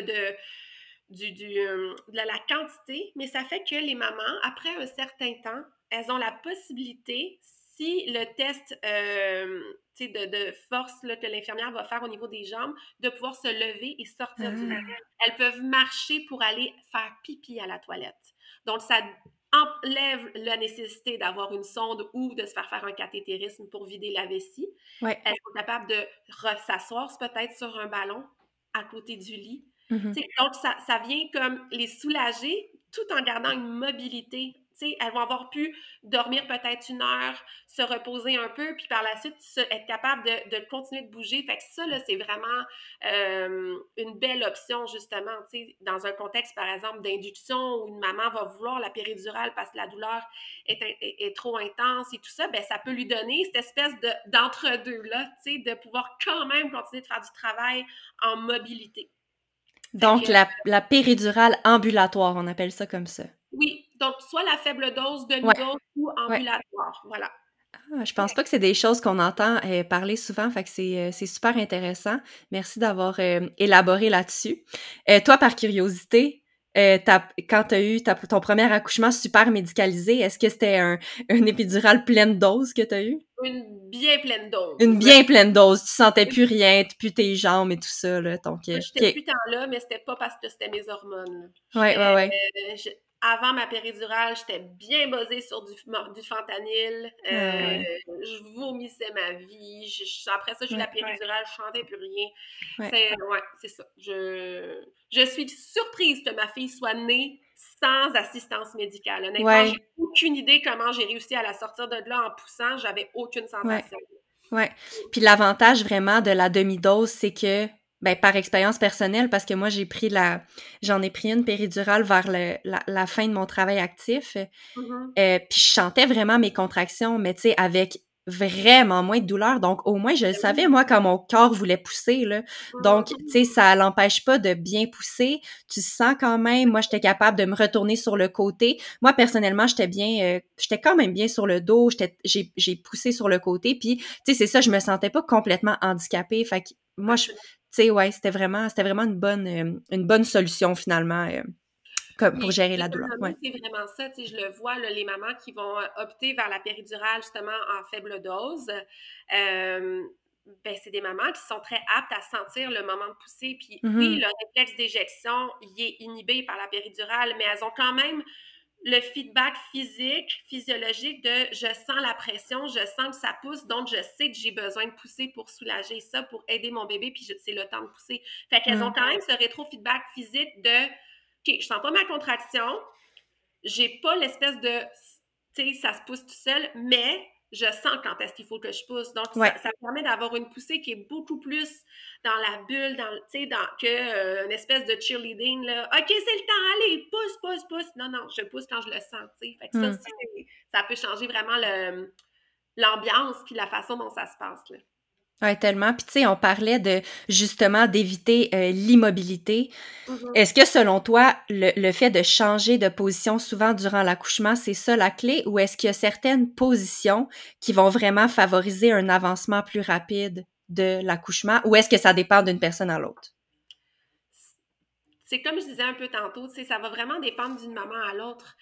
de la quantité, mais ça fait que les mamans, après un certain temps, elles ont la possibilité, si le test de force là, que l'infirmière va faire au niveau des jambes, de pouvoir se lever et sortir du lit. Ah. Elles peuvent marcher pour aller faire pipi à la toilette. Donc, ça enlève la nécessité d'avoir une sonde ou de se faire un cathétérisme pour vider la vessie. Ouais. Elles sont capables de s'asseoir peut-être sur un ballon à côté du lit. Mhm. Donc, ça vient comme les soulager tout en gardant une mobilité. T'sais, elles vont avoir pu dormir peut-être 1 heure, se reposer un peu, puis par la suite, être capable de continuer de bouger. Fait que ça, là, c'est vraiment une belle option, justement, dans un contexte, par exemple, d'induction où une maman va vouloir la péridurale parce que la douleur est trop intense et tout ça, ben ça peut lui donner cette espèce d'entre-deux-là, de pouvoir quand même continuer de faire du travail en mobilité. Fait Donc, que la péridurale ambulatoire, on appelle ça comme ça. oui, donc soit la faible dose, Ouais. demi-dose ou Ouais. ambulatoire, voilà. Je pense pas que c'est des choses qu'on entend parler souvent, fait que c'est super intéressant. Merci d'avoir élaboré là-dessus. Toi, par curiosité, quand tu as eu ton premier accouchement super médicalisé, est-ce que c'était une épidurale pleine dose que tu as eu? Une bien pleine Une dose. bien pleine dose, tu sentais plus rien, plus tes jambes et tout ça, là, donc J'étais OK. plus tant là, mais c'était pas parce que c'était mes hormones, là. Ouais, ouais, ouais. Avant ma péridurale, j'étais bien buzzée sur du fentanyl. Ah ouais, Je vomissais ma vie. Après ça, j'ai eu la ouais, péridurale, je sentais plus rien. ouais. Ouais, c'est ça. Je suis surprise que ma fille soit née sans assistance médicale. Honnêtement, Ouais, j'ai aucune idée comment j'ai réussi à la sortir de là en poussant. J'avais aucune ouais, sensation. ouais. Puis l'avantage vraiment de la demi-dose, c'est que Ben, par expérience personnelle, parce que moi, j'en ai pris une péridurale vers la fin de mon travail actif. Mhm. Puis je sentais vraiment mes contractions, mais tu sais, avec vraiment moins de douleur. Donc, au moins, je le Ben oui. savais, moi, quand mon corps voulait pousser, là. Donc, tu sais, Mhm. ça l'empêche pas de bien pousser. Tu sens quand même, moi, j'étais capable de me retourner sur le côté. Moi, personnellement, j'étais quand même bien sur le dos. J'ai poussé sur le côté. Puis, tu sais, c'est ça, je me sentais pas complètement handicapée. Fait que moi, tu Absolument. sais, ouais, c'était vraiment une bonne solution, finalement, comme pour Puis, gérer de la te le douleur. nommer, Ouais. c'est vraiment ça, tu sais, je le vois, là, les mamans qui vont opter vers la péridurale, justement, en faible dose, euh, ben, c'est des mamans qui sont très aptes à sentir le moment de pousser. Puis oui, Mhm. le réflexe d'éjection, il est inhibé par la péridurale, mais elles ont quand même le feedback physique, physiologique de je sens la pression, je sens que ça pousse, donc je sais que j'ai besoin de pousser pour soulager ça, pour aider mon bébé, puis c'est le temps de pousser. Fait qu'elles ont Mm. quand même ce rétro-feedback physique de OK, je sens pas ma contraction, j'ai pas l'espèce de tu sais, ça se pousse tout seul, mais je sens quand est-ce qu'il faut que je pousse. Donc, Ouais. ça permet d'avoir une poussée qui est beaucoup plus dans la bulle, tu sais, que une espèce de cheerleading, là. OK, c'est le temps, allez, pousse, pousse, pousse. Non, non, je pousse quand je le sens, tu sais. Fait que ça Mm. aussi, ça peut changer vraiment l'ambiance puis la façon dont ça se passe, là. Ouais, tellement. Puis tu sais, on parlait de justement d'éviter l'immobilité. Mhm. Est-ce que selon toi, le fait de changer de position souvent durant l'accouchement, c'est ça la clé, ou est-ce qu'il y a certaines positions qui vont vraiment favoriser un avancement plus rapide de l'accouchement, ou est-ce que ça dépend d'une personne à l'autre? C'est comme je disais un peu tantôt, tu sais, ça va vraiment dépendre d'une maman à l'autre.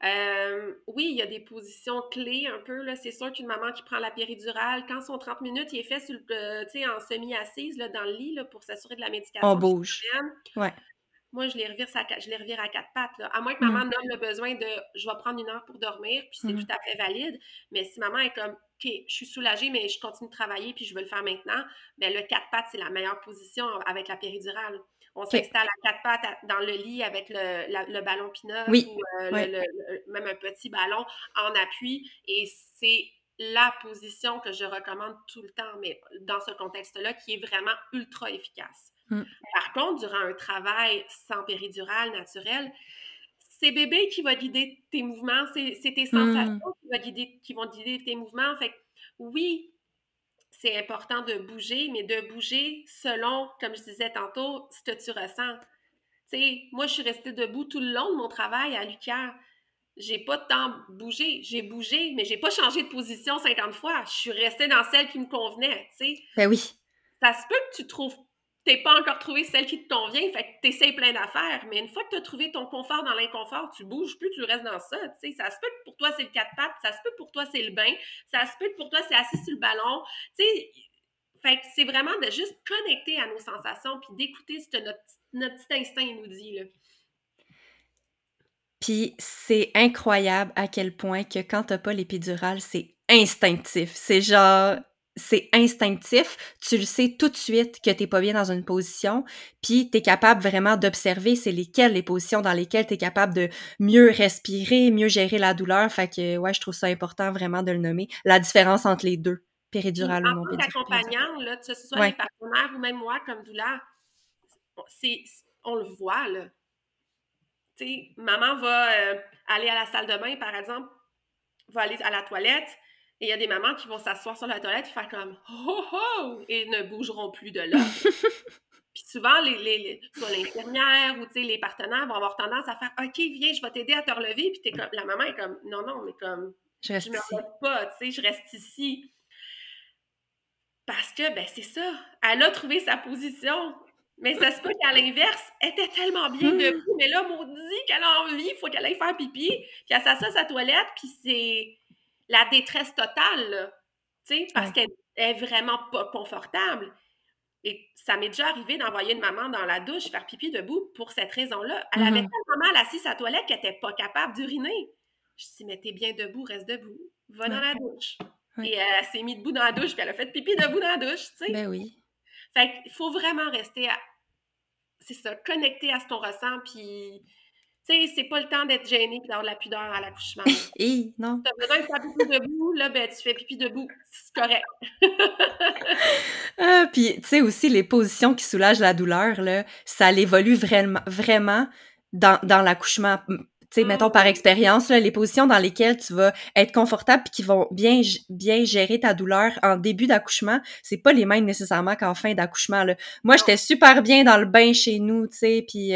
Oui, il y a des positions clés un peu, là. C'est sûr qu'une maman qui prend la péridurale, quand son 30 minutes, il est fait tu sais, en semi-assise, là, dans le lit, là, pour s'assurer de la On médication qui bouge. s'amène, Ouais. moi, je les revire à quatre pattes, là. À moins que maman Mm. nomme le besoin de je vais prendre une heure pour dormir, puis c'est tout Mhm. à fait valide. Mais si maman est comme OK, je suis soulagée, mais je continue de travailler, puis je veux le faire maintenant, bien, le quatre pattes, c'est la meilleure position avec la péridurale. On OK. s'installe à quatre pattes dans le lit avec le ballon pinot Oui. ou Ouais. même un petit ballon en appui. Et c'est la position que je recommande tout le temps, mais dans ce contexte-là, qui est vraiment ultra efficace. Mm. Par contre, durant un travail sans péridurale naturelle, c'est bébé qui va guider tes mouvements, c'est tes Mm. sensations qui vont guider tes mouvements. Fait que oui, c'est important de bouger, mais de bouger selon, comme je disais tantôt, ce que tu ressens. Tu sais, moi, je suis restée debout tout le long de mon travail à l'UQAR. J'ai pas tant bougé. J'ai bougé, mais j'ai pas changé de position 50 fois. Je suis restée dans celle qui me convenait, tu sais. Ben oui. Ça se peut que t'aies pas encore trouvé celle qui te convient, fait que t'essayes plein d'affaires, mais une fois que t'as trouvé ton confort dans l'inconfort, tu bouges plus, tu restes dans ça, tu sais. Ça se peut que pour toi, c'est le quatre pattes, ça se peut que pour toi, c'est le bain, ça se peut que pour toi, c'est assis sur le ballon, tu sais. Fait que c'est vraiment de juste connecter à nos sensations puis d'écouter ce que notre petit instinct il nous dit, là. Puis c'est incroyable à quel point que quand t'as pas l'épidurale, c'est instinctif. C'est genre, c'est instinctif. Tu le sais tout de suite que t'es pas bien dans une position, puis t'es capable vraiment d'observer c'est lesquelles les positions dans lesquelles t'es capable de mieux respirer, mieux gérer la douleur. Fait que ouais, je trouve ça important vraiment de le nommer. La différence entre les deux, Puis péridurale ou en non tant péridurale. qu'accompagnant, là, que ce soit les Ouais, partenaires ou même moi comme doula, on le voit, là. Tu sais, maman va aller à la salle de bain, par exemple, va aller à la toilette, et il y a des mamans qui vont s'asseoir sur la toilette et faire comme «Oh, oh!» et ne bougeront plus de là. Puis souvent, soit l'infirmière ou les partenaires vont avoir tendance à faire «OK, viens, je vais t'aider à te relever». Puis la maman est comme «Non, non, mais comme, je je reste me ici. relève pas, tu sais, je reste ici». Parce que, ben, c'est ça. Elle a trouvé sa position. Mais ça se peut qu'à l'inverse, elle était tellement bien Hmm. debout, mais là, maudit qu'elle a envie, il faut qu'elle aille faire pipi, puis elle s'assoit à sa toilette, puis c'est la détresse totale, là. Tu sais, parce Ouais. qu'elle est vraiment pas confortable. Et ça m'est déjà arrivé d'envoyer une maman dans la douche faire pipi debout pour cette raison-là. Elle avait Mhm. tellement mal assis sa toilette qu'elle était pas capable d'uriner. Je dis: «Mais tu bien debout, reste debout. Va dans Ouais. la douche». Ouais. Et elle s'est mise debout dans la douche, puis elle a fait pipi debout dans la douche, tu sais? Ben oui. Fait qu'il faut vraiment rester c'est ça, connecté à ce qu'on ressent, puis Tu sais, c'est pas le temps d'être gêné puis d'avoir de la pudeur à l'accouchement, là. Non. Tu as besoin de faire pipi debout, là, ben, tu fais pipi debout. C'est correct. Ah, puis tu sais aussi les positions qui soulagent la douleur là, ça l'évolue vraiment dans l'accouchement. Tu sais, mettons par Mmh. expérience là, les positions dans lesquelles tu vas être confortable puis qui vont bien gérer ta douleur en début d'accouchement, c'est pas les mêmes nécessairement qu'en fin d'accouchement là. Moi, Non. j'étais super bien dans le bain chez nous, tu sais, puis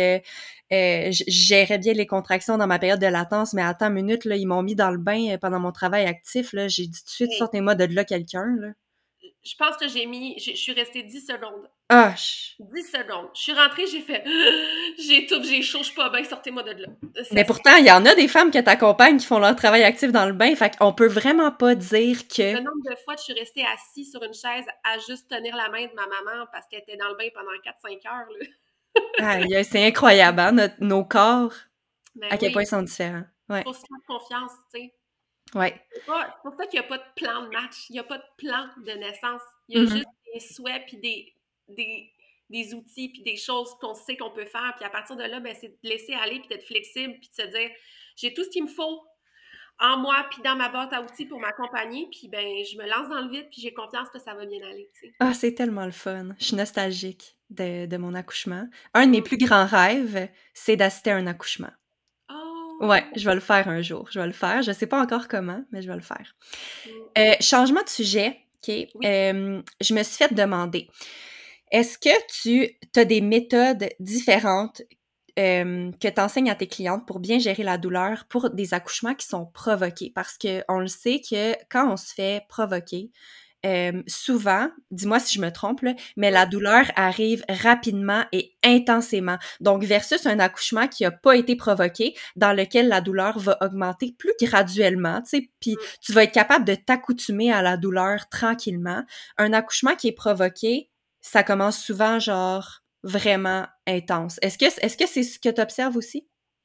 je gérais bien les contractions dans ma période de latence, mais attends une minute là, ils m'ont mis dans le bain pendant mon travail actif là, j'ai dit tout de suite Hey, sortez-moi de là quelqu'un là. je pense que je suis restée 10 secondes. Ah, 10 secondes. Je suis rentrée, j'ai fait j'étouffe, j'ai chaud, je suis pas bien, sortez-moi de là. mais Ça c'est pourtant, il y en a des femmes que t'accompagnes qui font leur travail actif dans le bain, fait qu'on peut vraiment pas dire que le nombre de fois que je suis restée assise sur une chaise à juste tenir la main de ma maman parce qu'elle était dans le bain pendant 4-5 heures, là. aïe, c'est incroyable, hein, nos corps, Ben à quel point oui, ils sont différents. Ouais, faut se faire confiance, tu sais. ouais. C'est pour ça qu'il y a pas de plan de match, il y a pas de plan de naissance. Il y a Mhm. juste des souhaits puis des des outils puis des choses qu'on sait qu'on peut faire. Puis à partir de là, ben, c'est de laisser aller puis d'être flexible puis de se dire: «J'ai tout ce qu'il me faut en moi puis dans ma boîte à outils pour m'accompagner, puis ben, je me lance dans le vide puis j'ai confiance que ça va bien aller», tu sais. Ah, c'est tellement le fun. Je suis nostalgique de mon accouchement. Un de mes Mmh. plus grands rêves, c'est d'assister à un accouchement. Ouais, Oh! je vais le faire un jour. Je vais le faire. Je sais pas encore comment, mais je vais le faire. Mmh. Changement de sujet, OK? Oui. Je me suis fait demander, est-ce que tu as des méthodes différentes que tu enseignes à tes clientes pour bien gérer la douleur pour des accouchements qui sont provoqués? Parce qu'on le sait que quand on se fait provoquer, souvent, dis-moi si je me trompe, là, mais Oui. la douleur arrive rapidement et intensément. Donc, versus un accouchement qui a pas été provoqué, dans lequel la douleur va augmenter plus graduellement, tu sais, puis Mmh. tu vas être capable de t'accoutumer à la douleur tranquillement. Un accouchement qui est provoqué, ça commence souvent genre vraiment intense. Est-ce que c'est ce que tu observes aussi?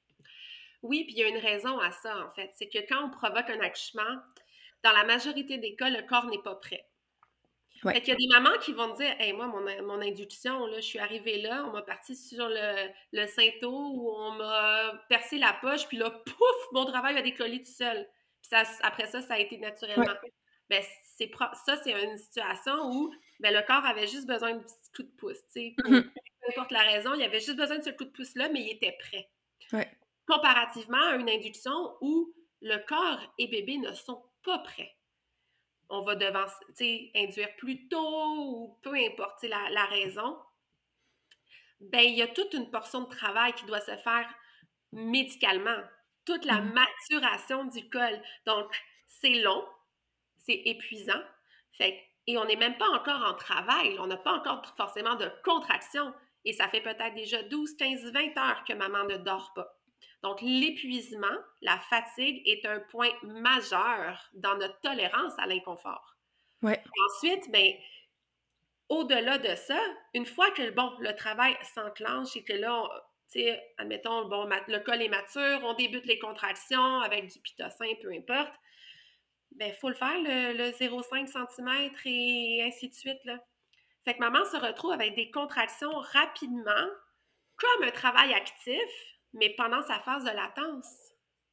Oui, puis il y a une raison à ça, en fait. C'est que quand on provoque un accouchement, dans la majorité des cas, le corps n'est pas prêt. Ouais. Fait qu'il y a des mamans qui vont te dire: «Hey, moi, mon induction, là, je suis arrivée là, on m'a parti sur le Sainto où on m'a percé la poche, puis là, pouf, mon travail a décollé tout seul». Puis ça, après ça, ça a été Ouais. naturellement. Ben, ça, c'est une situation où ben, le corps avait juste besoin d'un petit coup de pouce, tu sais, pour Mhm. peu importe la raison, il avait juste besoin de ce coup de pouce-là, mais il était prêt. Ouais. Comparativement à une induction où le corps et bébé ne sont pas prêts. On va devoir, induire plus tôt ou peu importe la raison. Ben, il y a toute une portion de travail qui doit se faire médicalement. Toute la Mhm. maturation du col. Donc, c'est long, c'est épuisant. Et on n'est même pas encore en travail. On n'a pas encore forcément de contraction. Et ça fait peut-être déjà 12, 15, 20 heures que maman ne dort pas. Donc, l'épuisement, la fatigue est un point majeur dans notre tolérance à l'inconfort. Ouais. Ensuite, ben, au-delà de ça, une fois que bon, le travail s'enclenche et que là, tu sais, admettons, bon, le col est mature, on débute les contractions avec du pitocin, peu importe, ben, il faut le faire, le 0,5 cm et ainsi de suite, là. Fait que maman se retrouve avec des contractions rapidement, comme un travail actif, mais pendant sa phase de latence.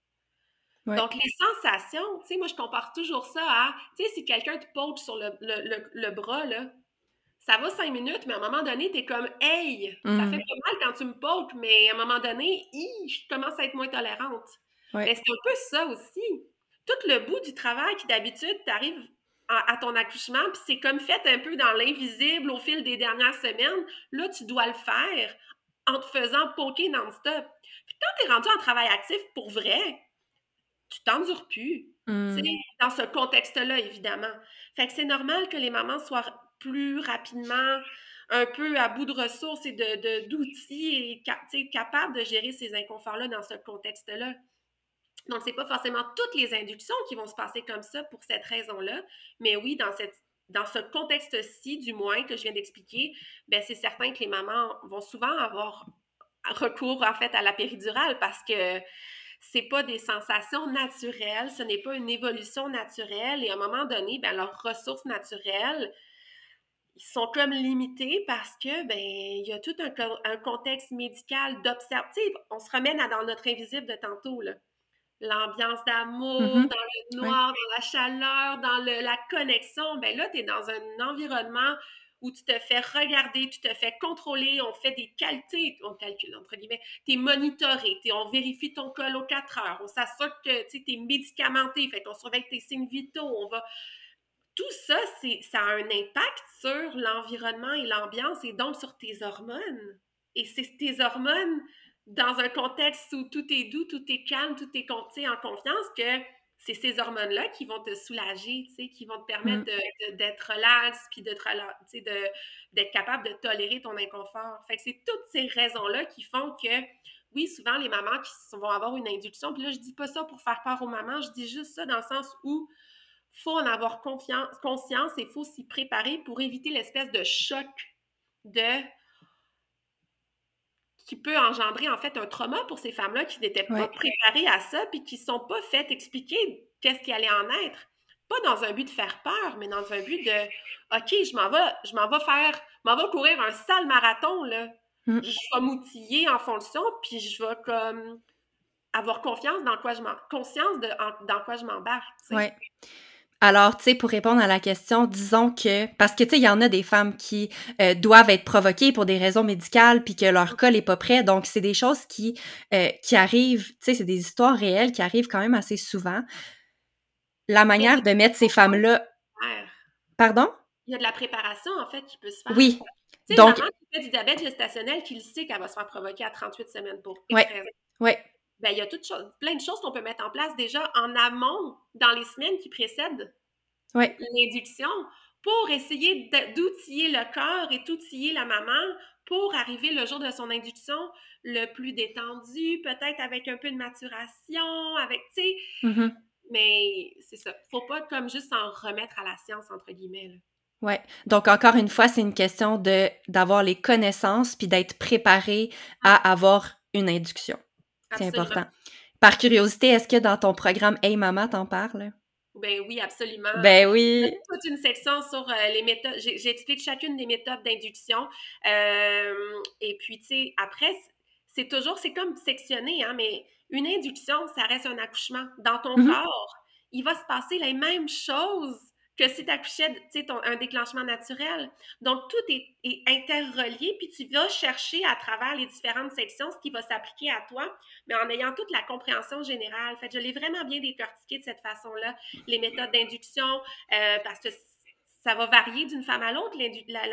Ouais. Donc, les sensations, tu sais, moi, je compare toujours ça à, tu sais, si quelqu'un te poke sur le bras, là, ça va 5 minutes, mais à un moment donné, t'es comme, hey, ça fait Mhm. pas mal quand tu me pokes, mais à un moment donné, je commence à être moins tolérante. Ouais. Mais c'est un peu ça aussi. Tout le bout du travail qui d'habitude t'arrive à ton accouchement, puis c'est comme fait un peu dans l'invisible au fil des dernières semaines. Là, tu dois le faire en te faisant poker non-stop. Puis quand t'es rendu en travail actif pour vrai, tu t'endures plus. Tu sais, Mhm. dans ce contexte-là, évidemment. Fait que c'est normal que les mamans soient plus rapidement un peu à bout de ressources et d'outils et tu sais, capables de gérer ces inconforts-là dans ce contexte-là. Donc, c'est pas forcément toutes les inductions qui vont se passer comme ça pour cette raison-là, mais oui, dans ce contexte-ci, du moins, que je viens d'expliquer, ben c'est certain que les mamans vont souvent avoir recours, en fait, à la péridurale parce que c'est pas des sensations naturelles, ce n'est pas une évolution naturelle et à un moment donné, ben, leurs ressources naturelles ils sont comme limités parce que, ben, il y a tout un contexte médical d'observation. Tu sais, on se ramène dans notre invisible de tantôt, là. L'ambiance d'amour, Mhm. dans le Ouais. noir, dans la chaleur, dans la connexion. Ben là, tu es dans un environnement où tu te fais regarder, tu te fais contrôler, on fait des qualités, on calcule, entre guillemets, tu es monitoré, on vérifie ton col aux 4 heures, on s'assure que tu es médicamenté, fait qu'on surveille tes signes vitaux, on va tout ça, ça a un impact sur l'environnement et l'ambiance et donc sur tes hormones. Et c'est tes hormones, dans un contexte où tout est doux, tout est calme, tout est en confiance, que c'est ces hormones-là qui vont te soulager, qui vont te permettre Mm. d'être relax, puis d'être capable de tolérer ton inconfort. Fait que c'est toutes ces raisons-là qui font que, oui, souvent, les mamans qui vont avoir une induction, puis là, je dis pas ça pour faire peur aux mamans, je dis juste ça dans le sens où faut en avoir conscience et il faut s'y préparer pour éviter l'espèce de choc de qui peut engendrer en fait un trauma pour ces femmes-là qui n'étaient pas Ouais. préparées à ça puis qui ne sont pas faites expliquer qu'est-ce qui allait en être. Pas dans un but de faire peur, mais dans un but de OK, je m'en vais courir un sale marathon, là. Mm. Je vais m'outiller en fonction, puis je vais comme avoir confiance dans quoi conscience dans quoi je m'embarque, tu sais. Ouais. Alors, tu sais, pour répondre à la question, disons que, parce que, tu sais, il y en a des femmes qui doivent être provoquées pour des raisons médicales, puis que leur col est pas prêt. Donc, c'est des choses qui arrivent, tu sais, c'est des histoires réelles qui arrivent quand même assez souvent. La Mais il y manière de mettre ces femmes-là... a des Pardon? Il y a de la préparation, en fait, qui peut se faire. Oui. Tu sais, une Donc, maman qui fait du diabète gestationnel, qui le sait qu'elle va se faire provoquer à 38 semaines pour X ouais, raisons. ouais, Ben, il y a plein de choses qu'on peut mettre en place déjà en amont, dans les semaines qui précèdent ouais. l'induction, pour essayer d'outiller le corps et d'outiller la maman pour arriver le jour de son induction le plus détendu, peut-être avec un peu de maturation, avec, tu sais, Mhm. mais c'est ça. Faut pas comme juste s'en remettre à la science, entre guillemets, là. Ouais. Donc, encore une fois, c'est une question d'avoir les connaissances puis d'être préparé à avoir une induction. C'est Absolument. important. Par curiosité, est-ce que dans ton programme Hey Maman, t'en parles? Ben oui, absolument. Ben Il y a oui. toute une section sur les méthodes. J'explique chacune des méthodes d'induction. Et puis, tu sais, après, c'est comme sectionné, hein, mais une induction, ça reste un accouchement. Dans ton Mhm. corps, il va se passer les mêmes choses que si tu accouchais, tu sais, un déclenchement naturel. Donc, tout est interrelié, puis tu vas chercher à travers les différentes sections ce qui va s'appliquer à toi, mais en ayant toute la compréhension générale. En fait, je l'ai vraiment bien décortiqué de cette façon-là, les méthodes d'induction, parce que ça va varier d'une femme à l'autre.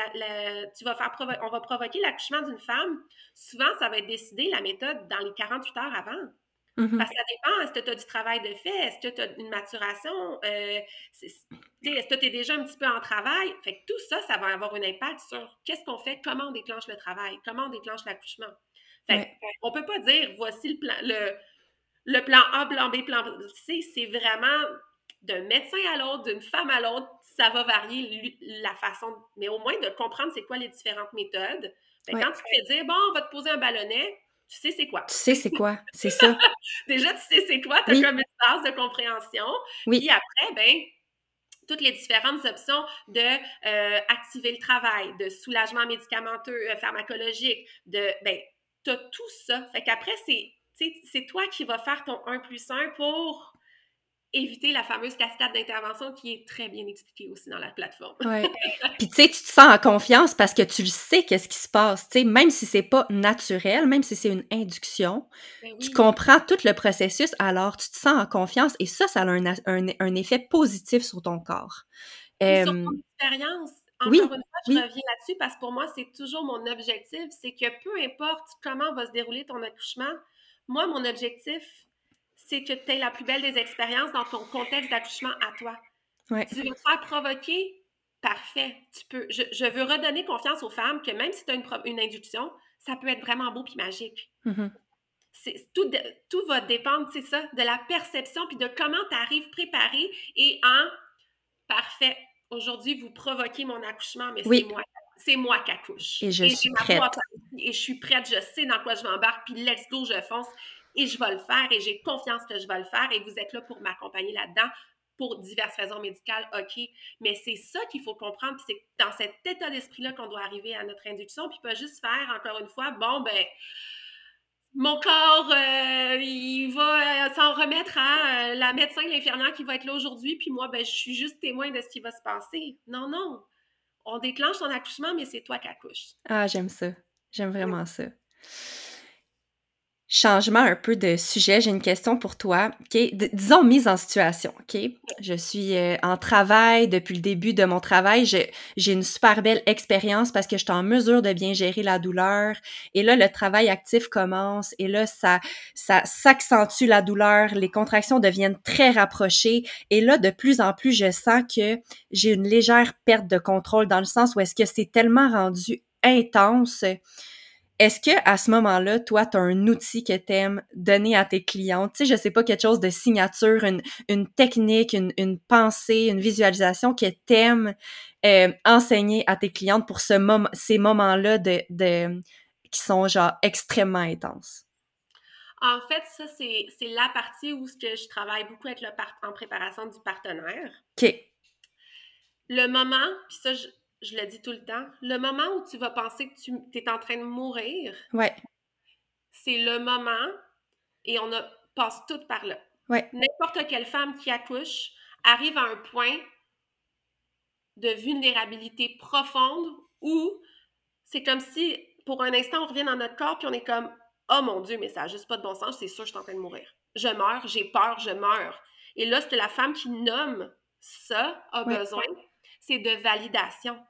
On va provoquer l'accouchement d'une femme. Souvent, ça va être décidé, la méthode, dans les 48 heures avant. Mhm. Parce que ça dépend, est-ce que tu as du travail de fait? Est-ce que tu as une maturation? Est-ce que tu es déjà un petit peu en travail? Fait que tout ça, ça va avoir un impact sur qu'est-ce qu'on fait, comment on déclenche le travail, comment on déclenche l'accouchement. Fait Ouais. on peut pas dire, voici le plan A, plan B, plan C. C'est vraiment d'un médecin à l'autre, d'une femme à l'autre, ça va varier la façon, mais au moins de comprendre c'est quoi les différentes méthodes. Fait que Ouais. quand tu te fais dire, bon, on va te poser un ballonnet, tu sais c'est quoi. Tu sais c'est quoi? C'est ça. Déjà, tu sais c'est quoi, tu as Oui. comme une base de compréhension. Puis Oui. après, ben, toutes les différentes options de activer le travail, de soulagement médicamenteux, pharmacologique, ben, tu as tout ça. Fait qu'après, c'est toi qui vas faire ton 1+1 pour éviter la fameuse cascade d'intervention qui est très bien expliquée aussi dans la plateforme. Ouais. Puis tu sais, tu te sens en confiance parce que tu le sais qu'est-ce qui se passe. Tu sais, même si c'est pas naturel, même si c'est une induction, Ben tu oui. comprends tout le processus, alors tu te sens en confiance et ça a un effet positif sur ton corps. Puis sur Euh, ton expérience, encore oui, une fois, je oui, reviens là-dessus parce que pour moi, c'est toujours mon objectif, c'est que peu importe comment va se dérouler ton accouchement, moi, mon objectif, c'est que tu aies la plus belle des expériences dans ton contexte d'accouchement à toi. ouais. Tu veux te faire provoquer? Parfait. Tu peux. Je veux redonner confiance aux femmes que même si tu as une induction, ça peut être vraiment beau puis magique. Mhm. Tout va dépendre, c'est ça, de la perception puis de comment tu arrives préparé et en parfait. Aujourd'hui, vous provoquez mon accouchement, mais Oui, c'est moi qui accouche. et je Et suis j'ai ma voix prête. et je suis prête, je sais dans quoi je m'embarque, puis let's go, je fonce et je vais le faire et j'ai confiance que je vais le faire et vous êtes là pour m'accompagner là-dedans. pour diverses raisons médicales, OK. Mais c'est ça qu'il faut comprendre, puis c'est dans cet état d'esprit-là qu'on doit arriver à notre induction, puis pas juste faire, encore une fois, bon, ben, mon corps, il va s'en remettre à la médecin, l'infirmière qui va être là aujourd'hui, puis moi, ben, je suis juste témoin de ce qui va se passer. Non, non. On déclenche ton accouchement, mais c'est toi qui accouches. Ah, j'aime ça. J'aime vraiment ça. Changement un peu de sujet, j'ai une question pour toi. OK? Disons mise en situation, OK? Je suis en travail depuis le début de mon travail. J'ai une super belle expérience parce que je suis en mesure de bien gérer la douleur. Et là, le travail actif commence et là, ça s'accentue la douleur. Les contractions deviennent très rapprochées. Et là, de plus en plus, je sens que j'ai une légère perte de contrôle dans le sens où est-ce que c'est tellement rendu intense. Est-ce que à ce moment-là, toi, tu as un outil que tu aimes donner à tes clientes? Tu sais, je sais pas, quelque chose de signature, une technique, une pensée, une visualisation que tu aimes enseigner à tes clientes pour ces moments-là qui sont genre extrêmement intenses. En fait, ça, c'est la partie où ce que je travaille beaucoup avec en préparation du partenaire. OK. Le moment, puis ça, je le dis tout le temps, le moment où tu vas penser que tu es en train de mourir, Ouais. c'est le moment, et passe toutes par là. Ouais. N'importe quelle femme qui accouche arrive à un point de vulnérabilité profonde où c'est comme si, pour un instant, on revient dans notre corps puis on est comme « Oh mon Dieu, mais ça n'a juste pas de bon sens, c'est sûr que je suis en train de mourir. Je meurs, j'ai peur, je meurs. » Et là, c'est la femme qui nomme ça, a Ouais. besoin, c'est de validation.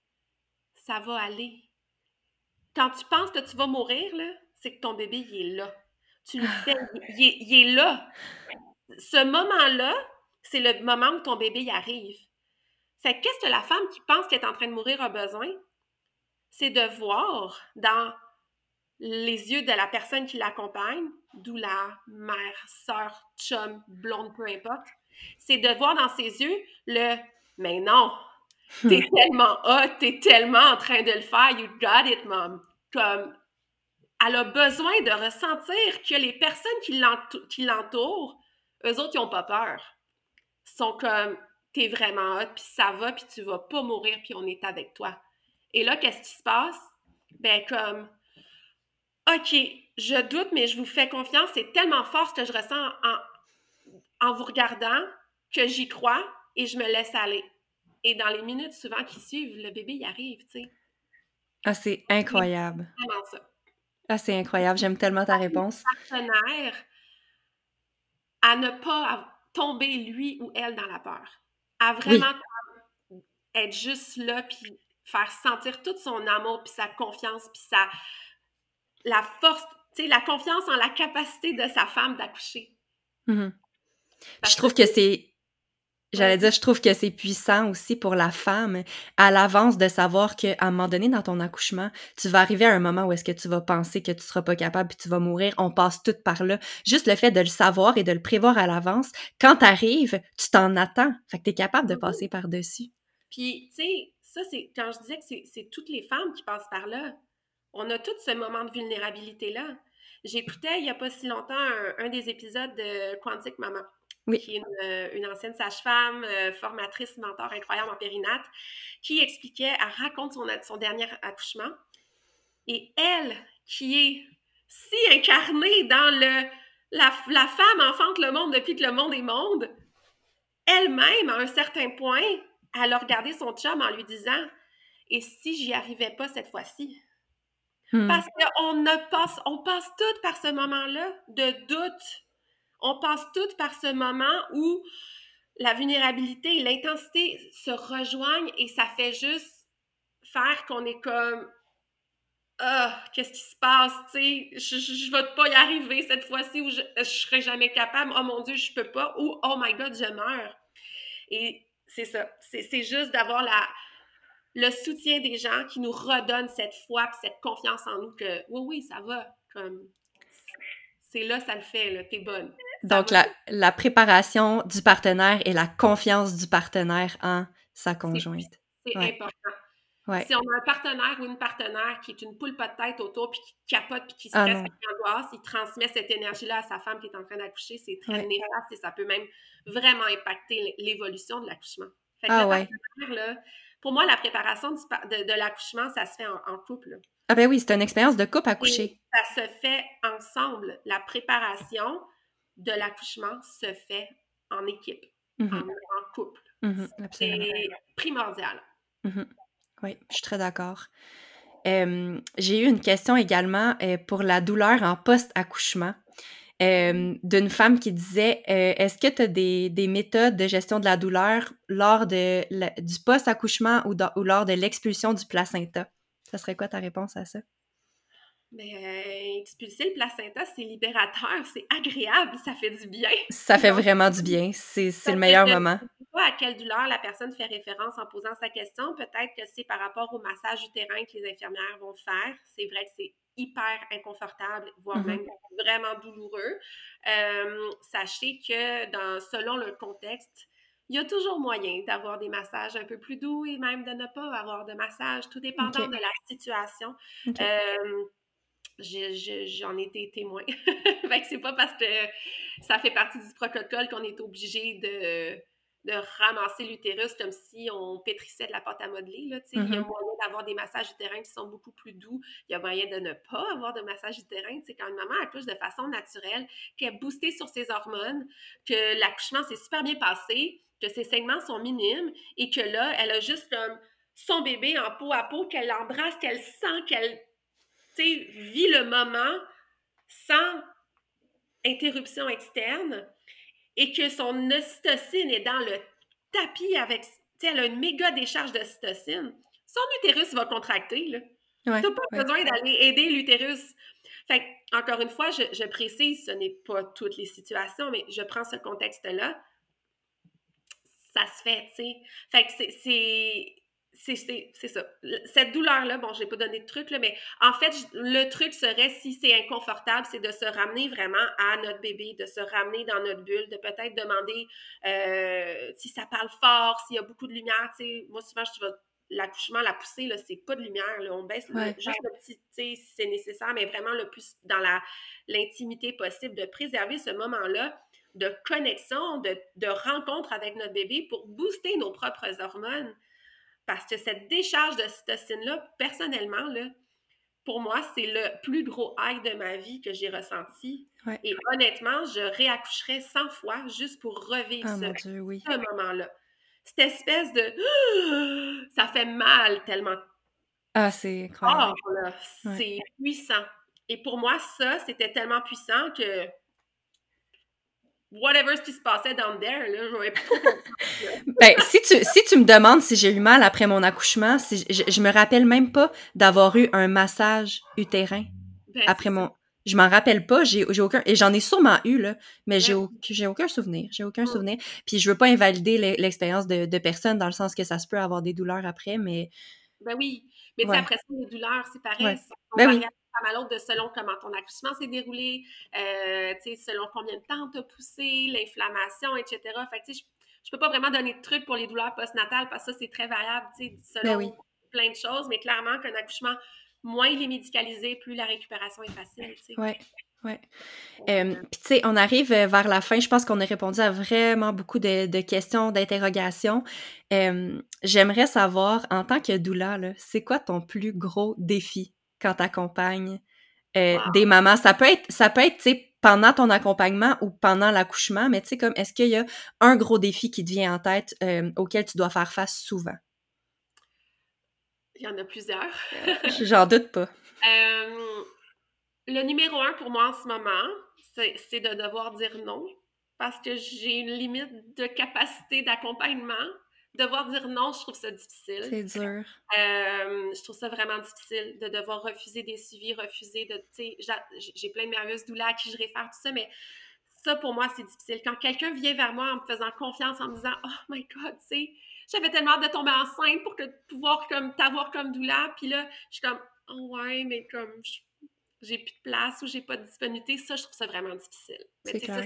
Ça va aller. Quand tu penses que tu vas mourir, là, c'est que ton bébé, il est là. Tu le fais, il est là. Ce moment-là, c'est le moment où ton bébé y arrive. Fait que qu'est-ce que la femme qui pense qu'elle est en train de mourir a besoin? C'est de voir dans les yeux de la personne qui l'accompagne, doula, mère, sœur, chum, blonde, peu importe, c'est de voir dans ses yeux le « Mais non, t'es tellement hot, t'es tellement en train de le faire, you got it, mom. » Comme, elle a besoin de ressentir que les personnes qui l'entourent, eux autres, ils n'ont pas peur. Ils sont comme, t'es vraiment hot, puis ça va, puis tu vas pas mourir, puis on est avec toi. Et là, qu'est-ce qui se passe? Ben, comme, OK, je doute, mais je vous fais confiance. C'est tellement fort ce que je ressens en vous regardant que j'y crois et je me laisse aller. Et dans les minutes souvent qui suivent, le bébé y arrive, tu sais. Ah, c'est C'est incroyable. vraiment ça. Ah, c'est incroyable. J'aime tellement ta réponse. Partenaire à ne pas tomber lui ou elle dans la peur. À vraiment Oui. être juste là puis faire sentir tout son amour puis sa confiance puis la force, tu sais, la confiance en la capacité de sa femme d'accoucher. Mhm. Puis je Parce que trouve que vas-y. je trouve que c'est puissant aussi pour la femme à l'avance de savoir qu'à un moment donné dans ton accouchement, tu vas arriver à un moment où est-ce que tu vas penser que tu seras pas capable puis tu vas mourir. On passe tout par là. Juste le fait de le savoir et de le prévoir à l'avance, quand t'arrives, tu t'en attends. Fait que t'es capable de Mhm. passer par-dessus. Puis, tu sais, ça, c'est quand je disais que c'est toutes les femmes qui passent par là. On a tout ce moment de vulnérabilité-là. J'écoutais il n'y a pas si longtemps un des épisodes de Quantique Maman, Oui. qui est une ancienne sage-femme, formatrice, mentor incroyable en périnate, qui expliquait, elle raconte son dernier accouchement. Et elle, qui est si incarnée dans la femme enfante le monde depuis que le monde est monde, elle-même, à un certain point, elle a regardé son chum en lui disant « Et si j'y arrivais pas cette fois-ci? » Hmm. Parce on passe toutes par ce moment-là de doute. On passe toutes par ce moment où la vulnérabilité et l'intensité se rejoignent et ça fait juste faire qu'on est comme ah, qu'est-ce qui se passe, tu sais, je vais pas y arriver cette fois-ci ou je serai jamais capable, oh mon Dieu, je peux pas, ou oh my God, je meurs. Et c'est ça, c'est juste d'avoir le soutien des gens qui nous redonnent cette foi et cette confiance en nous que oui, oui, ça va, comme c'est là, ça le fait, là, t'es bonne, ça Donc va, la préparation du partenaire et la confiance du partenaire en sa c'est conjointe. c'est Ouais. important. Ouais. Si on a un partenaire ou une partenaire qui est une poule pas de tête autour, puis qui capote, puis qui Ah stresse, non. puis qui angoisse, il transmet cette énergie-là à sa femme qui est en train d'accoucher. C'est très Ouais. néfaste et ça peut même vraiment impacter l'évolution de l'accouchement. Fait que Ah le ouais. partenaire, là, pour moi, la préparation de l'accouchement, ça se fait en couple, là. Ah ben oui, c'est une expérience de couple à Et coucher. ça se fait ensemble. La préparation de l'accouchement se fait en équipe, Mhm. en couple. Mhm. Absolument. C'est primordial. Mhm. Oui, je suis très d'accord. J'ai eu une question également pour la douleur en post-accouchement d'une femme qui disait est-ce que tu as des méthodes de gestion de la douleur lors du post-accouchement ou lors de l'expulsion du placenta? Ça serait quoi ta réponse à ça? Mais expulser le placenta, c'est libérateur, c'est agréable, ça fait du bien. Ça fait Donc, vraiment du bien. C'est fait le que meilleur je ne moment. sais pas à quelle douleur la personne fait référence en posant sa question. Peut-être que c'est par rapport au massage utérin que les infirmières vont faire. C'est vrai que c'est hyper inconfortable, voire Mhm. même vraiment douloureux. Sachez que selon le contexte, il y a toujours moyen d'avoir des massages un peu plus doux et même de ne pas avoir de massage, tout dépendant OK. de la situation. OK. Euh, J'en ai été témoin. Fait que c'est pas parce que ça fait partie du protocole qu'on est obligé de ramasser l'utérus comme si on pétrissait de la pâte à modeler, là, tu sais. Il y a Mhm. moyen d'avoir des massages utérins qui sont beaucoup plus doux. Il y a moyen de ne pas avoir de massage utérin. Tu sais, quand une maman accouche de façon naturelle, qu'elle est boostée sur ses hormones, que l'accouchement s'est super bien passé, que ses saignements sont minimes et que là, elle a juste comme son bébé en peau à peau, qu'elle embrasse, qu'elle sent, qu'elle vit le moment sans interruption externe et que son ocytocine est dans le tapis avec, elle a une méga décharge d'ocytocine, son utérus va contracter, là. Ouais, T'as pas ouais. besoin d'aller aider l'utérus. Fait que, encore une fois, je précise, ce n'est pas toutes les situations, mais je prends ce contexte-là, ça se fait, tu sais. Fait que c'est ça. Cette douleur-là, bon, je n'ai pas donné de truc, là, mais en fait, le truc serait, si c'est inconfortable, c'est de se ramener vraiment à notre bébé, de se ramener dans notre bulle, de peut-être demander si ça parle fort, s'il y a beaucoup de lumière, tu sais. Moi, souvent, je vais l'accouchement, la poussée, là, c'est pas de lumière, là, on baisse Ouais. juste le petit, tu sais, si c'est nécessaire, mais vraiment le plus dans l'intimité possible, de préserver ce moment-là de connexion, de rencontre avec notre bébé pour booster nos propres hormones. Parce que cette décharge de cytocine-là, personnellement, là, pour moi, c'est le plus gros high de ma vie que j'ai ressenti. Ouais. Et honnêtement, je réaccoucherais 100 fois juste pour revivre Ah mon Dieu, oui. ce moment-là. Cette espèce de ça fait mal tellement Ah, c'est incroyable. fort, là. Ouais. C'est puissant. Et pour moi, ça, c'était tellement puissant que whatever ce qui se passait down there, là, j'avais plus trop confiance. Ben, si tu me demandes si j'ai eu mal après mon accouchement, je me rappelle même pas d'avoir eu un massage utérin Ben, c'est après ça. mon. Je m'en rappelle pas, j'ai aucun. Et j'en ai sûrement eu, là, mais Ouais. j'ai aucun souvenir. J'ai aucun Mm. souvenir. Puis je veux pas invalider l'expérience de personne dans le sens que ça se peut avoir des douleurs après, mais Ben oui. Mais tu sais, ouais, après ça, les douleurs, c'est pareil, ouais. sont Ben oui, variables d'une femme à l'autre de selon comment ton accouchement s'est déroulé, tu sais, selon combien de temps t'as poussé, l'inflammation, etc. Fait que tu sais, je peux pas vraiment donner de trucs pour les douleurs postnatales parce que ça, c'est très variable, tu sais, ben oui. selon plein de choses, mais clairement qu'un accouchement, moins il est médicalisé, plus la récupération est facile, tu sais. Ouais, ouais. Donc, Puis tu sais, on arrive vers la fin. Je pense qu'on a répondu à vraiment beaucoup de questions, d'interrogations. J'aimerais savoir, en tant que doula, là, c'est quoi ton plus gros défi quand tu accompagnes wow. des mamans? Ça peut être, tu sais, pendant ton accompagnement ou pendant l'accouchement, mais tu sais, comme, est-ce qu'il y a un gros défi qui te vient en tête auquel tu dois faire face souvent? Il y en a plusieurs. J'en doute pas. Euh, Le numéro un pour moi en ce moment, c'est de devoir dire non parce que j'ai une limite de capacité d'accompagnement. Devoir dire non, je trouve ça difficile. C'est dur. Je trouve ça vraiment difficile de devoir refuser des suivis, refuser de, tu sais, j'ai plein de merveilleuses doulas à qui je réfère, tout ça, mais ça, pour moi, c'est difficile. Quand quelqu'un vient vers moi en me faisant confiance, en me disant « Oh my God, tu sais, j'avais tellement hâte de tomber enceinte pour pouvoir comme t'avoir comme doula. » Puis là, je suis comme « Oh ouais, mais comme j'ai plus de place ou j'ai pas de disponibilité. » Ça, je trouve ça vraiment difficile. Mais C'est tu sais, ça, clair. c'est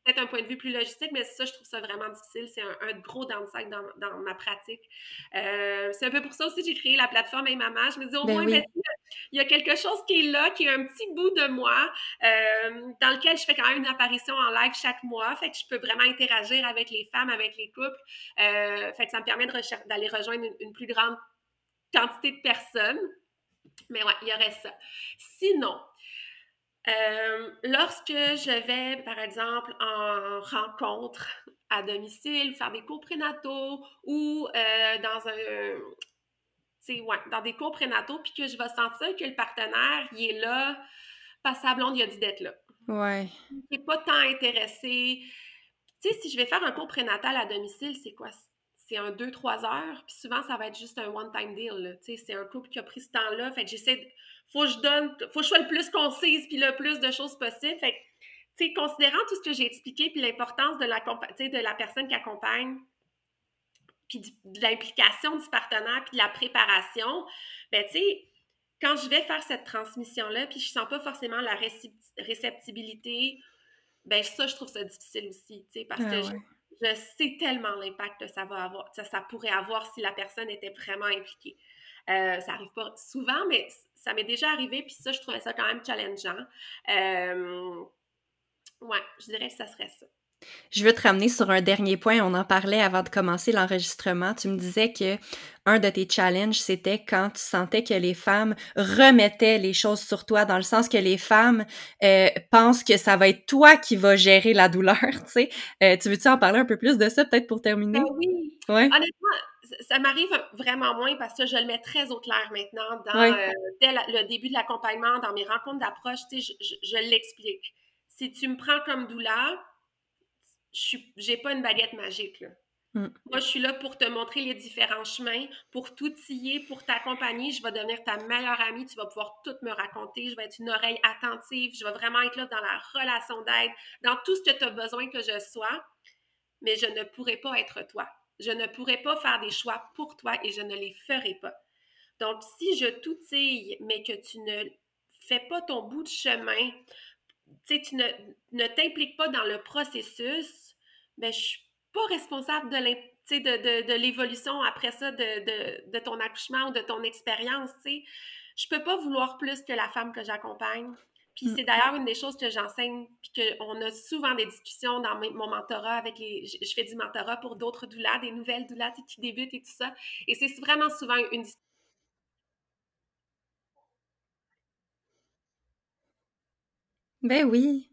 peut-être un point de vue plus logistique, mais ça, je trouve ça vraiment difficile. C'est un gros downside dans ma pratique. C'est un peu pour ça aussi que j'ai créé la plateforme Hey Maman. Je me dis, au Ben moins, ben, oui. il y a quelque chose qui est là, qui est un petit bout de moi, dans lequel je fais quand même une apparition en live chaque mois. Fait que je peux vraiment interagir avec les femmes, avec les couples. Fait que ça me permet d'aller rejoindre une plus grande quantité de personnes. Mais ouais, il y aurait ça. Sinon, lorsque je vais, par exemple, en rencontre à domicile, faire des cours prénataux ou dans des cours prénataux, puis que je vais sentir que le partenaire, il est là parce que sa blonde, il a dit d'être là. Ouais. Il n'est pas tant intéressé. Tu sais, si je vais faire un cours prénatal à domicile, c'est quoi? C'est un 2-3 heures, puis souvent, ça va être juste un one-time deal, là. Tu sais, c'est un couple qui a pris ce temps-là, fait que faut que je sois le plus concise, puis le plus de choses possibles, fait que, tu sais, considérant tout ce que j'ai expliqué, puis l'importance de la personne qui accompagne, puis de l'implication du partenaire, puis de la préparation, ben tu sais, quand je vais faire cette transmission-là, puis je sens pas forcément la réceptibilité, ben ça, je trouve ça difficile aussi, tu sais, parce Ah que ouais. je sais tellement l'impact que ça va avoir, ça pourrait avoir si la personne était vraiment impliquée. Ça arrive pas souvent, mais ça m'est déjà arrivé, puis ça, je trouvais ça quand même challengeant. Ouais, je dirais que ça serait ça. Je veux te ramener sur un dernier point. On en parlait avant de commencer l'enregistrement. Tu me disais que un de tes challenges, c'était quand tu sentais que les femmes remettaient les choses sur toi, dans le sens que les femmes pensent que ça va être toi qui vas gérer la douleur, tu sais. Tu veux-tu en parler un peu plus de ça, peut-être pour Ben terminer? oui, Ouais, honnêtement, ça m'arrive vraiment moins parce que je le mets très au clair maintenant ouais. dès le début de l'accompagnement, dans mes rencontres d'approche, tu sais, je l'explique. Si tu me prends comme doula, j'ai pas une baguette magique, là. Mm. Moi, je suis là pour te montrer les différents chemins, pour t'outiller, pour t'accompagner. Je vais devenir ta meilleure amie. Tu vas pouvoir tout me raconter. Je vais être une oreille attentive. Je vais vraiment être là dans la relation d'aide, dans tout ce que tu as besoin que je sois. Mais je ne pourrai pas être toi. Je ne pourrai pas faire des choix pour toi et je ne les ferai pas. Donc, si je t'outille, mais que tu ne fais pas ton bout de chemin, tu ne t'impliques pas dans le processus, ben, je suis pas responsable de l'évolution après ça de ton accouchement ou de ton expérience. Je peux pas vouloir plus que la femme que j'accompagne. Puis Mm. c'est d'ailleurs une des choses que j'enseigne, puis qu'on a souvent des discussions dans mon mentorat avec je fais du mentorat pour d'autres doulas, des nouvelles doulas qui débutent et tout ça. Et c'est vraiment souvent une discussion Ben oui.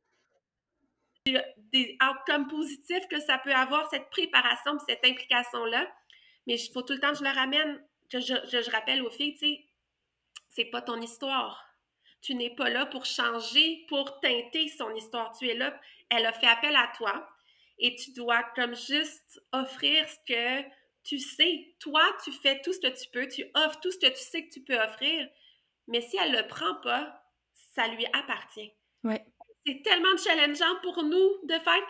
des outcomes positifs que ça peut avoir, cette préparation et cette implication-là. Mais il faut tout le temps que je le ramène, que je rappelle aux filles, tu sais, c'est pas ton histoire. Tu n'es pas là pour changer, pour teinter son histoire. Tu es là, elle a fait appel à toi et tu dois comme juste offrir ce que tu sais. Toi, tu fais tout ce que tu peux, tu offres tout ce que tu sais que tu peux offrir, mais si elle le prend pas, ça lui appartient. Ouais. C'est tellement challengeant pour nous de faire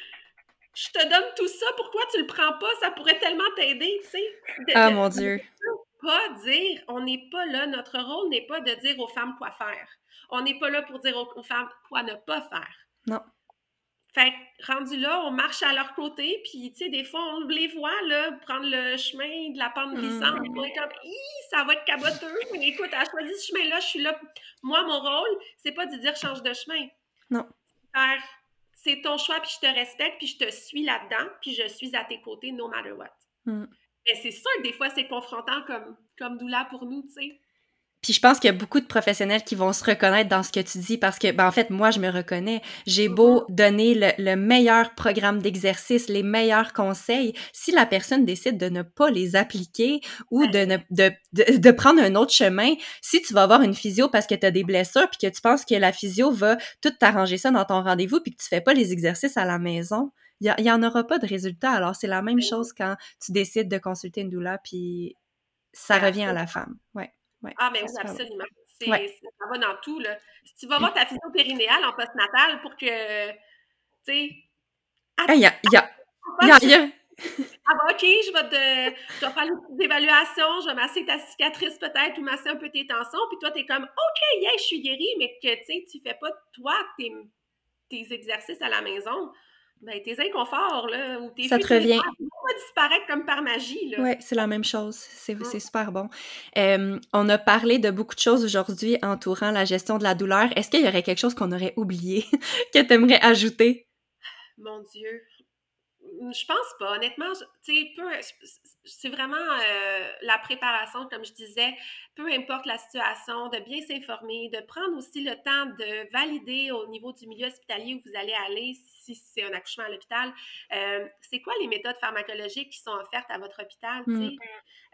je te donne tout ça, pourquoi tu le prends pas? Ça pourrait tellement t'aider, tu sais. Ah mon Dieu. Pas dire, on n'est pas là, notre rôle n'est pas de dire aux femmes quoi faire. On n'est pas là pour dire aux femmes quoi ne pas faire. Non. Fait que, rendu là, on marche à leur côté, puis, tu sais, des fois, on les voit, là, prendre le chemin de la pente glissante, puis on est comme, ça va être caboteux, mais écoute, elle a choisi ce chemin-là, je suis là. Moi, mon rôle, c'est pas de dire change de chemin. Non. Faire, c'est ton choix, puis je te respecte, puis je te suis là-dedans, puis je suis à tes côtés, no matter what. Mm. Mais c'est sûr que des fois, c'est confrontant comme doula pour nous, tu sais. Puis je pense qu'il y a beaucoup de professionnels qui vont se reconnaître dans ce que tu dis parce que, ben en fait, moi, je me reconnais. J'ai beau donner le meilleur programme d'exercice, les meilleurs conseils, si la personne décide de ne pas les appliquer ou de prendre un autre chemin, si tu vas avoir une physio parce que tu as des blessures puis que tu penses que la physio va tout t'arranger ça dans ton rendez-vous puis que tu fais pas les exercices à la maison, il y en aura pas de résultat. Alors, c'est la même chose quand tu décides de consulter une doula puis ça Ben, revient à la femme. Ouais. Ouais, ah, mais c'est oui, super bon. absolument. Ouais. Ça va dans tout, là. Si tu vas voir ta physio périnéale en postnatal pour que, tu sais, Ah, il y a... ah bah, OK, je vais faire une petite évaluation, je vais masser ta cicatrice peut-être ou masser un peu tes tensions, puis toi, t'es comme, OK, yeah, je suis guérie, mais que, tu sais, tu fais pas, toi, tes exercices à la maison, ben tes inconforts, là, ou tes Ça te fuites urinaires, revient. ils vont pas disparaître comme par magie, là. Ouais, c'est la même chose. C'est Mmh. super bon. On a parlé de beaucoup de choses aujourd'hui entourant la gestion de la douleur. Est-ce qu'il y aurait quelque chose qu'on aurait oublié que tu aimerais ajouter? Mon Dieu. Je pense pas. Honnêtement, tu sais, c'est vraiment la préparation, comme je disais, peu importe la situation, de bien s'informer, de prendre aussi le temps de valider au niveau du milieu hospitalier où vous allez aller, si c'est un accouchement à l'hôpital, c'est quoi les méthodes pharmacologiques qui sont offertes à votre hôpital, tu Mmh. sais.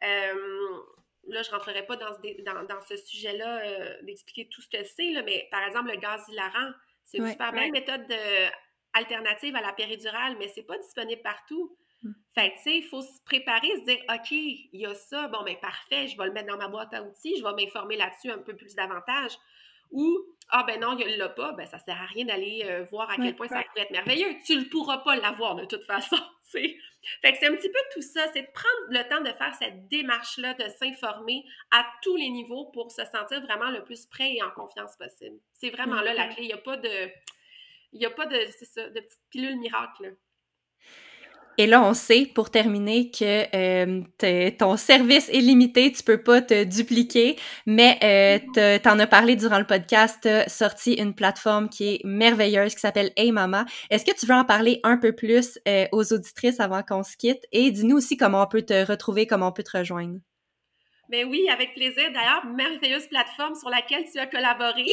Là, je rentrerai pas dans ce sujet-là d'expliquer tout ce que c'est, là, mais par exemple, le gaz hilarant, c'est une Ouais. super belle méthode alternative à la péridurale, mais c'est pas disponible partout. Mmh. Fait que, tu sais, il faut se préparer, se dire, OK, il y a ça, bon, ben parfait, je vais le mettre dans ma boîte à outils, je vais m'informer là-dessus un peu plus davantage. Ou, ah ben non, il ne l'a pas, ben ça sert à rien d'aller voir à quel Ouais. point ça pourrait être merveilleux. Tu ne pourras pas l'avoir de toute façon, tu sais. Fait que c'est un petit peu tout ça, c'est de prendre le temps de faire cette démarche-là, de s'informer à tous les niveaux pour se sentir vraiment le plus prêt et en confiance possible. C'est vraiment Ouais. là la clé. Il y a pas de, c'est ça, de petite pilule miracle, là. Et là, on sait, pour terminer, que ton service est limité, tu peux pas te dupliquer, mais t'en as parlé durant le podcast, t'as sorti une plateforme qui est merveilleuse, qui s'appelle Hey Mama. Est-ce que tu veux en parler un peu plus aux auditrices avant qu'on se quitte? Et dis-nous aussi comment on peut te retrouver, comment on peut te rejoindre. Mais oui, avec plaisir. D'ailleurs, merveilleuse plateforme sur laquelle tu as collaboré.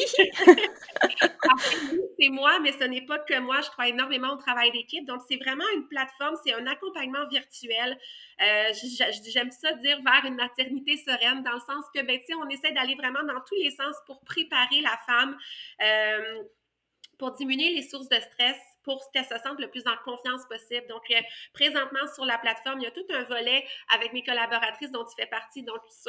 En fait, oui, c'est moi, mais ce n'est pas que moi. Je crois énormément au travail d'équipe. Donc, c'est vraiment une plateforme, c'est un accompagnement virtuel. J'aime ça dire vers une maternité sereine, dans le sens que, ben, tu sais, on essaie d'aller vraiment dans tous les sens pour préparer la femme. Pour diminuer les sources de stress, pour qu'elle se sente le plus en confiance possible. Donc, présentement, sur la plateforme, il y a tout un volet avec mes collaboratrices dont tu fais partie, donc sur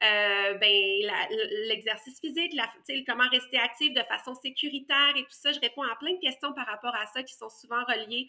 l'exercice physique, comment rester active de façon sécuritaire et tout ça. Je réponds à plein de questions par rapport à ça qui sont souvent reliées,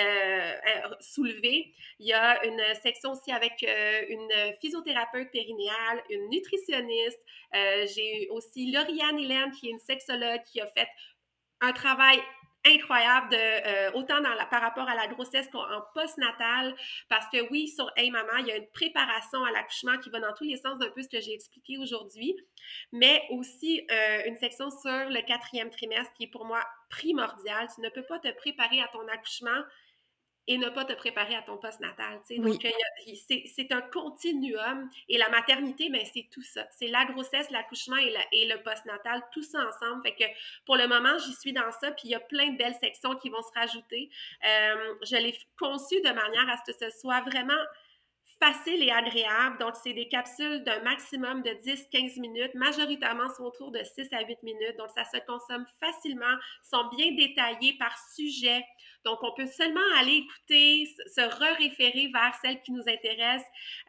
soulevées. Il y a une section aussi avec une physiothérapeute périnéale, une nutritionniste. J'ai aussi Lauriane Hélène, qui est une sexologue, qui a fait un travail incroyable autant par rapport à la grossesse qu'en postnatal, parce que oui, sur Hey Maman, il y a une préparation à l'accouchement qui va dans tous les sens d'un peu ce que j'ai expliqué aujourd'hui, mais aussi une section sur le 4e trimestre qui est pour moi primordial. Tu ne peux pas te préparer à ton accouchement et ne pas te préparer à ton postnatal. Oui. Donc, c'est un continuum. Et la maternité, ben, c'est tout ça. C'est la grossesse, l'accouchement et le postnatal, tout ça ensemble. Fait que pour le moment, j'y suis dans ça. Puis il y a plein de belles sections qui vont se rajouter. Je l'ai conçu de manière à ce que ce soit vraiment facile et agréable. Donc, c'est des capsules d'un maximum de 10-15 minutes. Majoritairement, sont autour de 6 à 8 minutes. Donc, ça se consomme facilement, sont bien détaillés par sujet. Donc, on peut seulement aller écouter, se re-référer vers celles qui nous intéressent.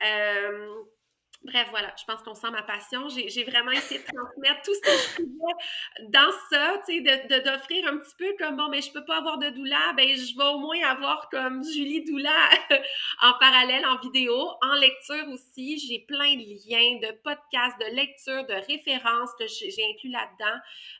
Bref, voilà, je pense qu'on sent ma passion. J'ai vraiment essayé de transmettre tout ce que je pouvais dans ça, tu sais, d'offrir un petit peu comme, bon, mais je peux pas avoir de doula, ben je vais au moins avoir comme Julie Doula en parallèle, en vidéo, en lecture aussi. J'ai plein de liens, de podcasts, de lectures, de références que j'ai inclus là-dedans.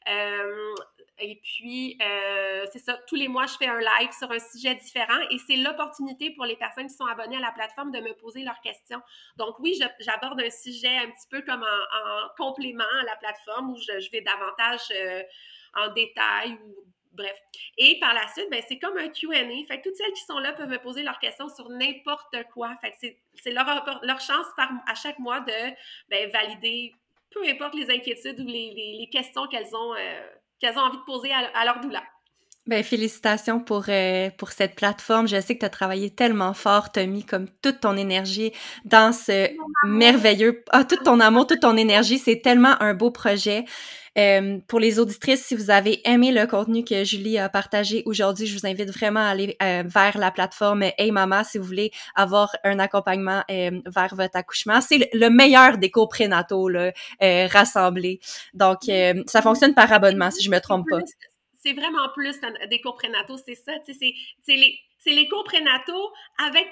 Et puis, c'est ça, tous les mois, je fais un live sur un sujet différent et c'est l'opportunité pour les personnes qui sont abonnées à la plateforme de me poser leurs questions. Donc oui, j'aborde un sujet un petit peu comme en complément à la plateforme où je vais davantage en détail ou bref. Et par la suite, ben, c'est comme un Q&A. Fait que toutes celles qui sont là peuvent me poser leurs questions sur n'importe quoi. Fait que c'est leur chance à chaque mois de valider peu importe les inquiétudes ou les questions qu'elles ont envie de poser à leur doula. Ben, félicitations pour cette plateforme. Je sais que tu as travaillé tellement fort, tu as mis comme toute ton énergie dans ce merveilleux... Ah, tout ton amour, toute ton énergie, c'est tellement un beau projet. Pour les auditrices, si vous avez aimé le contenu que Julie a partagé aujourd'hui, je vous invite vraiment à aller vers la plateforme Hey Mama si vous voulez avoir un accompagnement vers votre accouchement. C'est le meilleur des cours prénataux là, rassemblés. Donc, ça fonctionne par abonnement, si je me trompe pas. C'est vraiment plus des cours prénataux, c'est ça. C'est les cours prénataux avec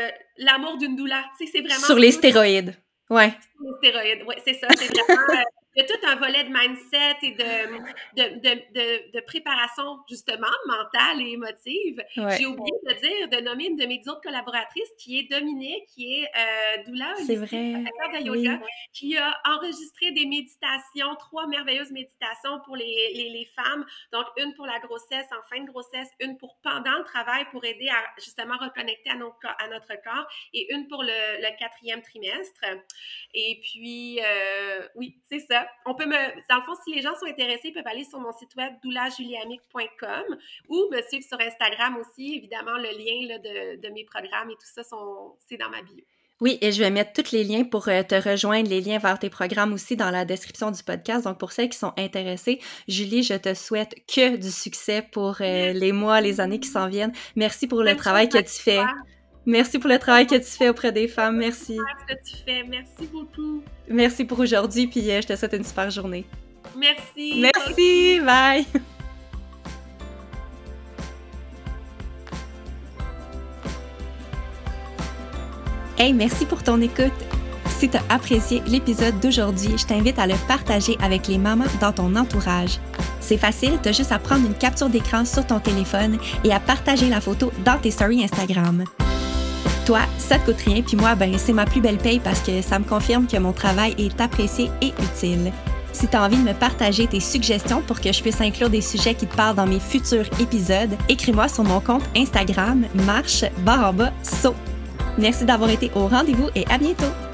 l'amour d'une doula. C'est vraiment Sur les tout stéroïdes. Ouais. sur les stéroïdes. Oui, c'est ça. C'est vraiment il y a tout un volet de mindset et de préparation, justement, mentale et émotive. Ouais. J'ai oublié de nommer une de mes autres collaboratrices, qui est Dominique, qui est doula C'est holistique, vrai. professeure de Oui. yoga, qui a enregistré des méditations, 3 merveilleuses méditations pour les femmes. Donc, une pour la grossesse, en fin de grossesse, une pour pendant le travail, pour aider à justement reconnecter à notre corps, et une pour le 4e trimestre. Et puis, oui, c'est ça. Dans le fond, si les gens sont intéressés, ils peuvent aller sur mon site web doulajuliamique.com ou me suivre sur Instagram aussi. Évidemment, le lien là, de mes programmes et tout ça, c'est dans ma bio. Oui, et je vais mettre tous les liens pour te rejoindre, les liens vers tes programmes aussi dans la description du podcast. Donc, pour celles qui sont intéressées, Julie, je te souhaite que du succès pour les mois, les années qui s'en viennent. Merci pour le travail que tu fais. Merci pour le travail que tu fais auprès des femmes. Merci. Ce que tu fais. Merci beaucoup. Merci pour aujourd'hui, puis je te souhaite une super journée. Merci. Merci. Bye. Hey, merci pour ton écoute. Si tu as apprécié l'épisode d'aujourd'hui, je t'invite à le partager avec les mamans dans ton entourage. C'est facile, tu as juste à prendre une capture d'écran sur ton téléphone et à partager la photo dans tes stories Instagram. Toi, ça te coûte rien, puis moi, c'est ma plus belle paye parce que ça me confirme que mon travail est apprécié et utile. Si tu as envie de me partager tes suggestions pour que je puisse inclure des sujets qui te parlent dans mes futurs épisodes, écris-moi sur mon compte Instagram marche_saut. Merci d'avoir été au rendez-vous et à bientôt!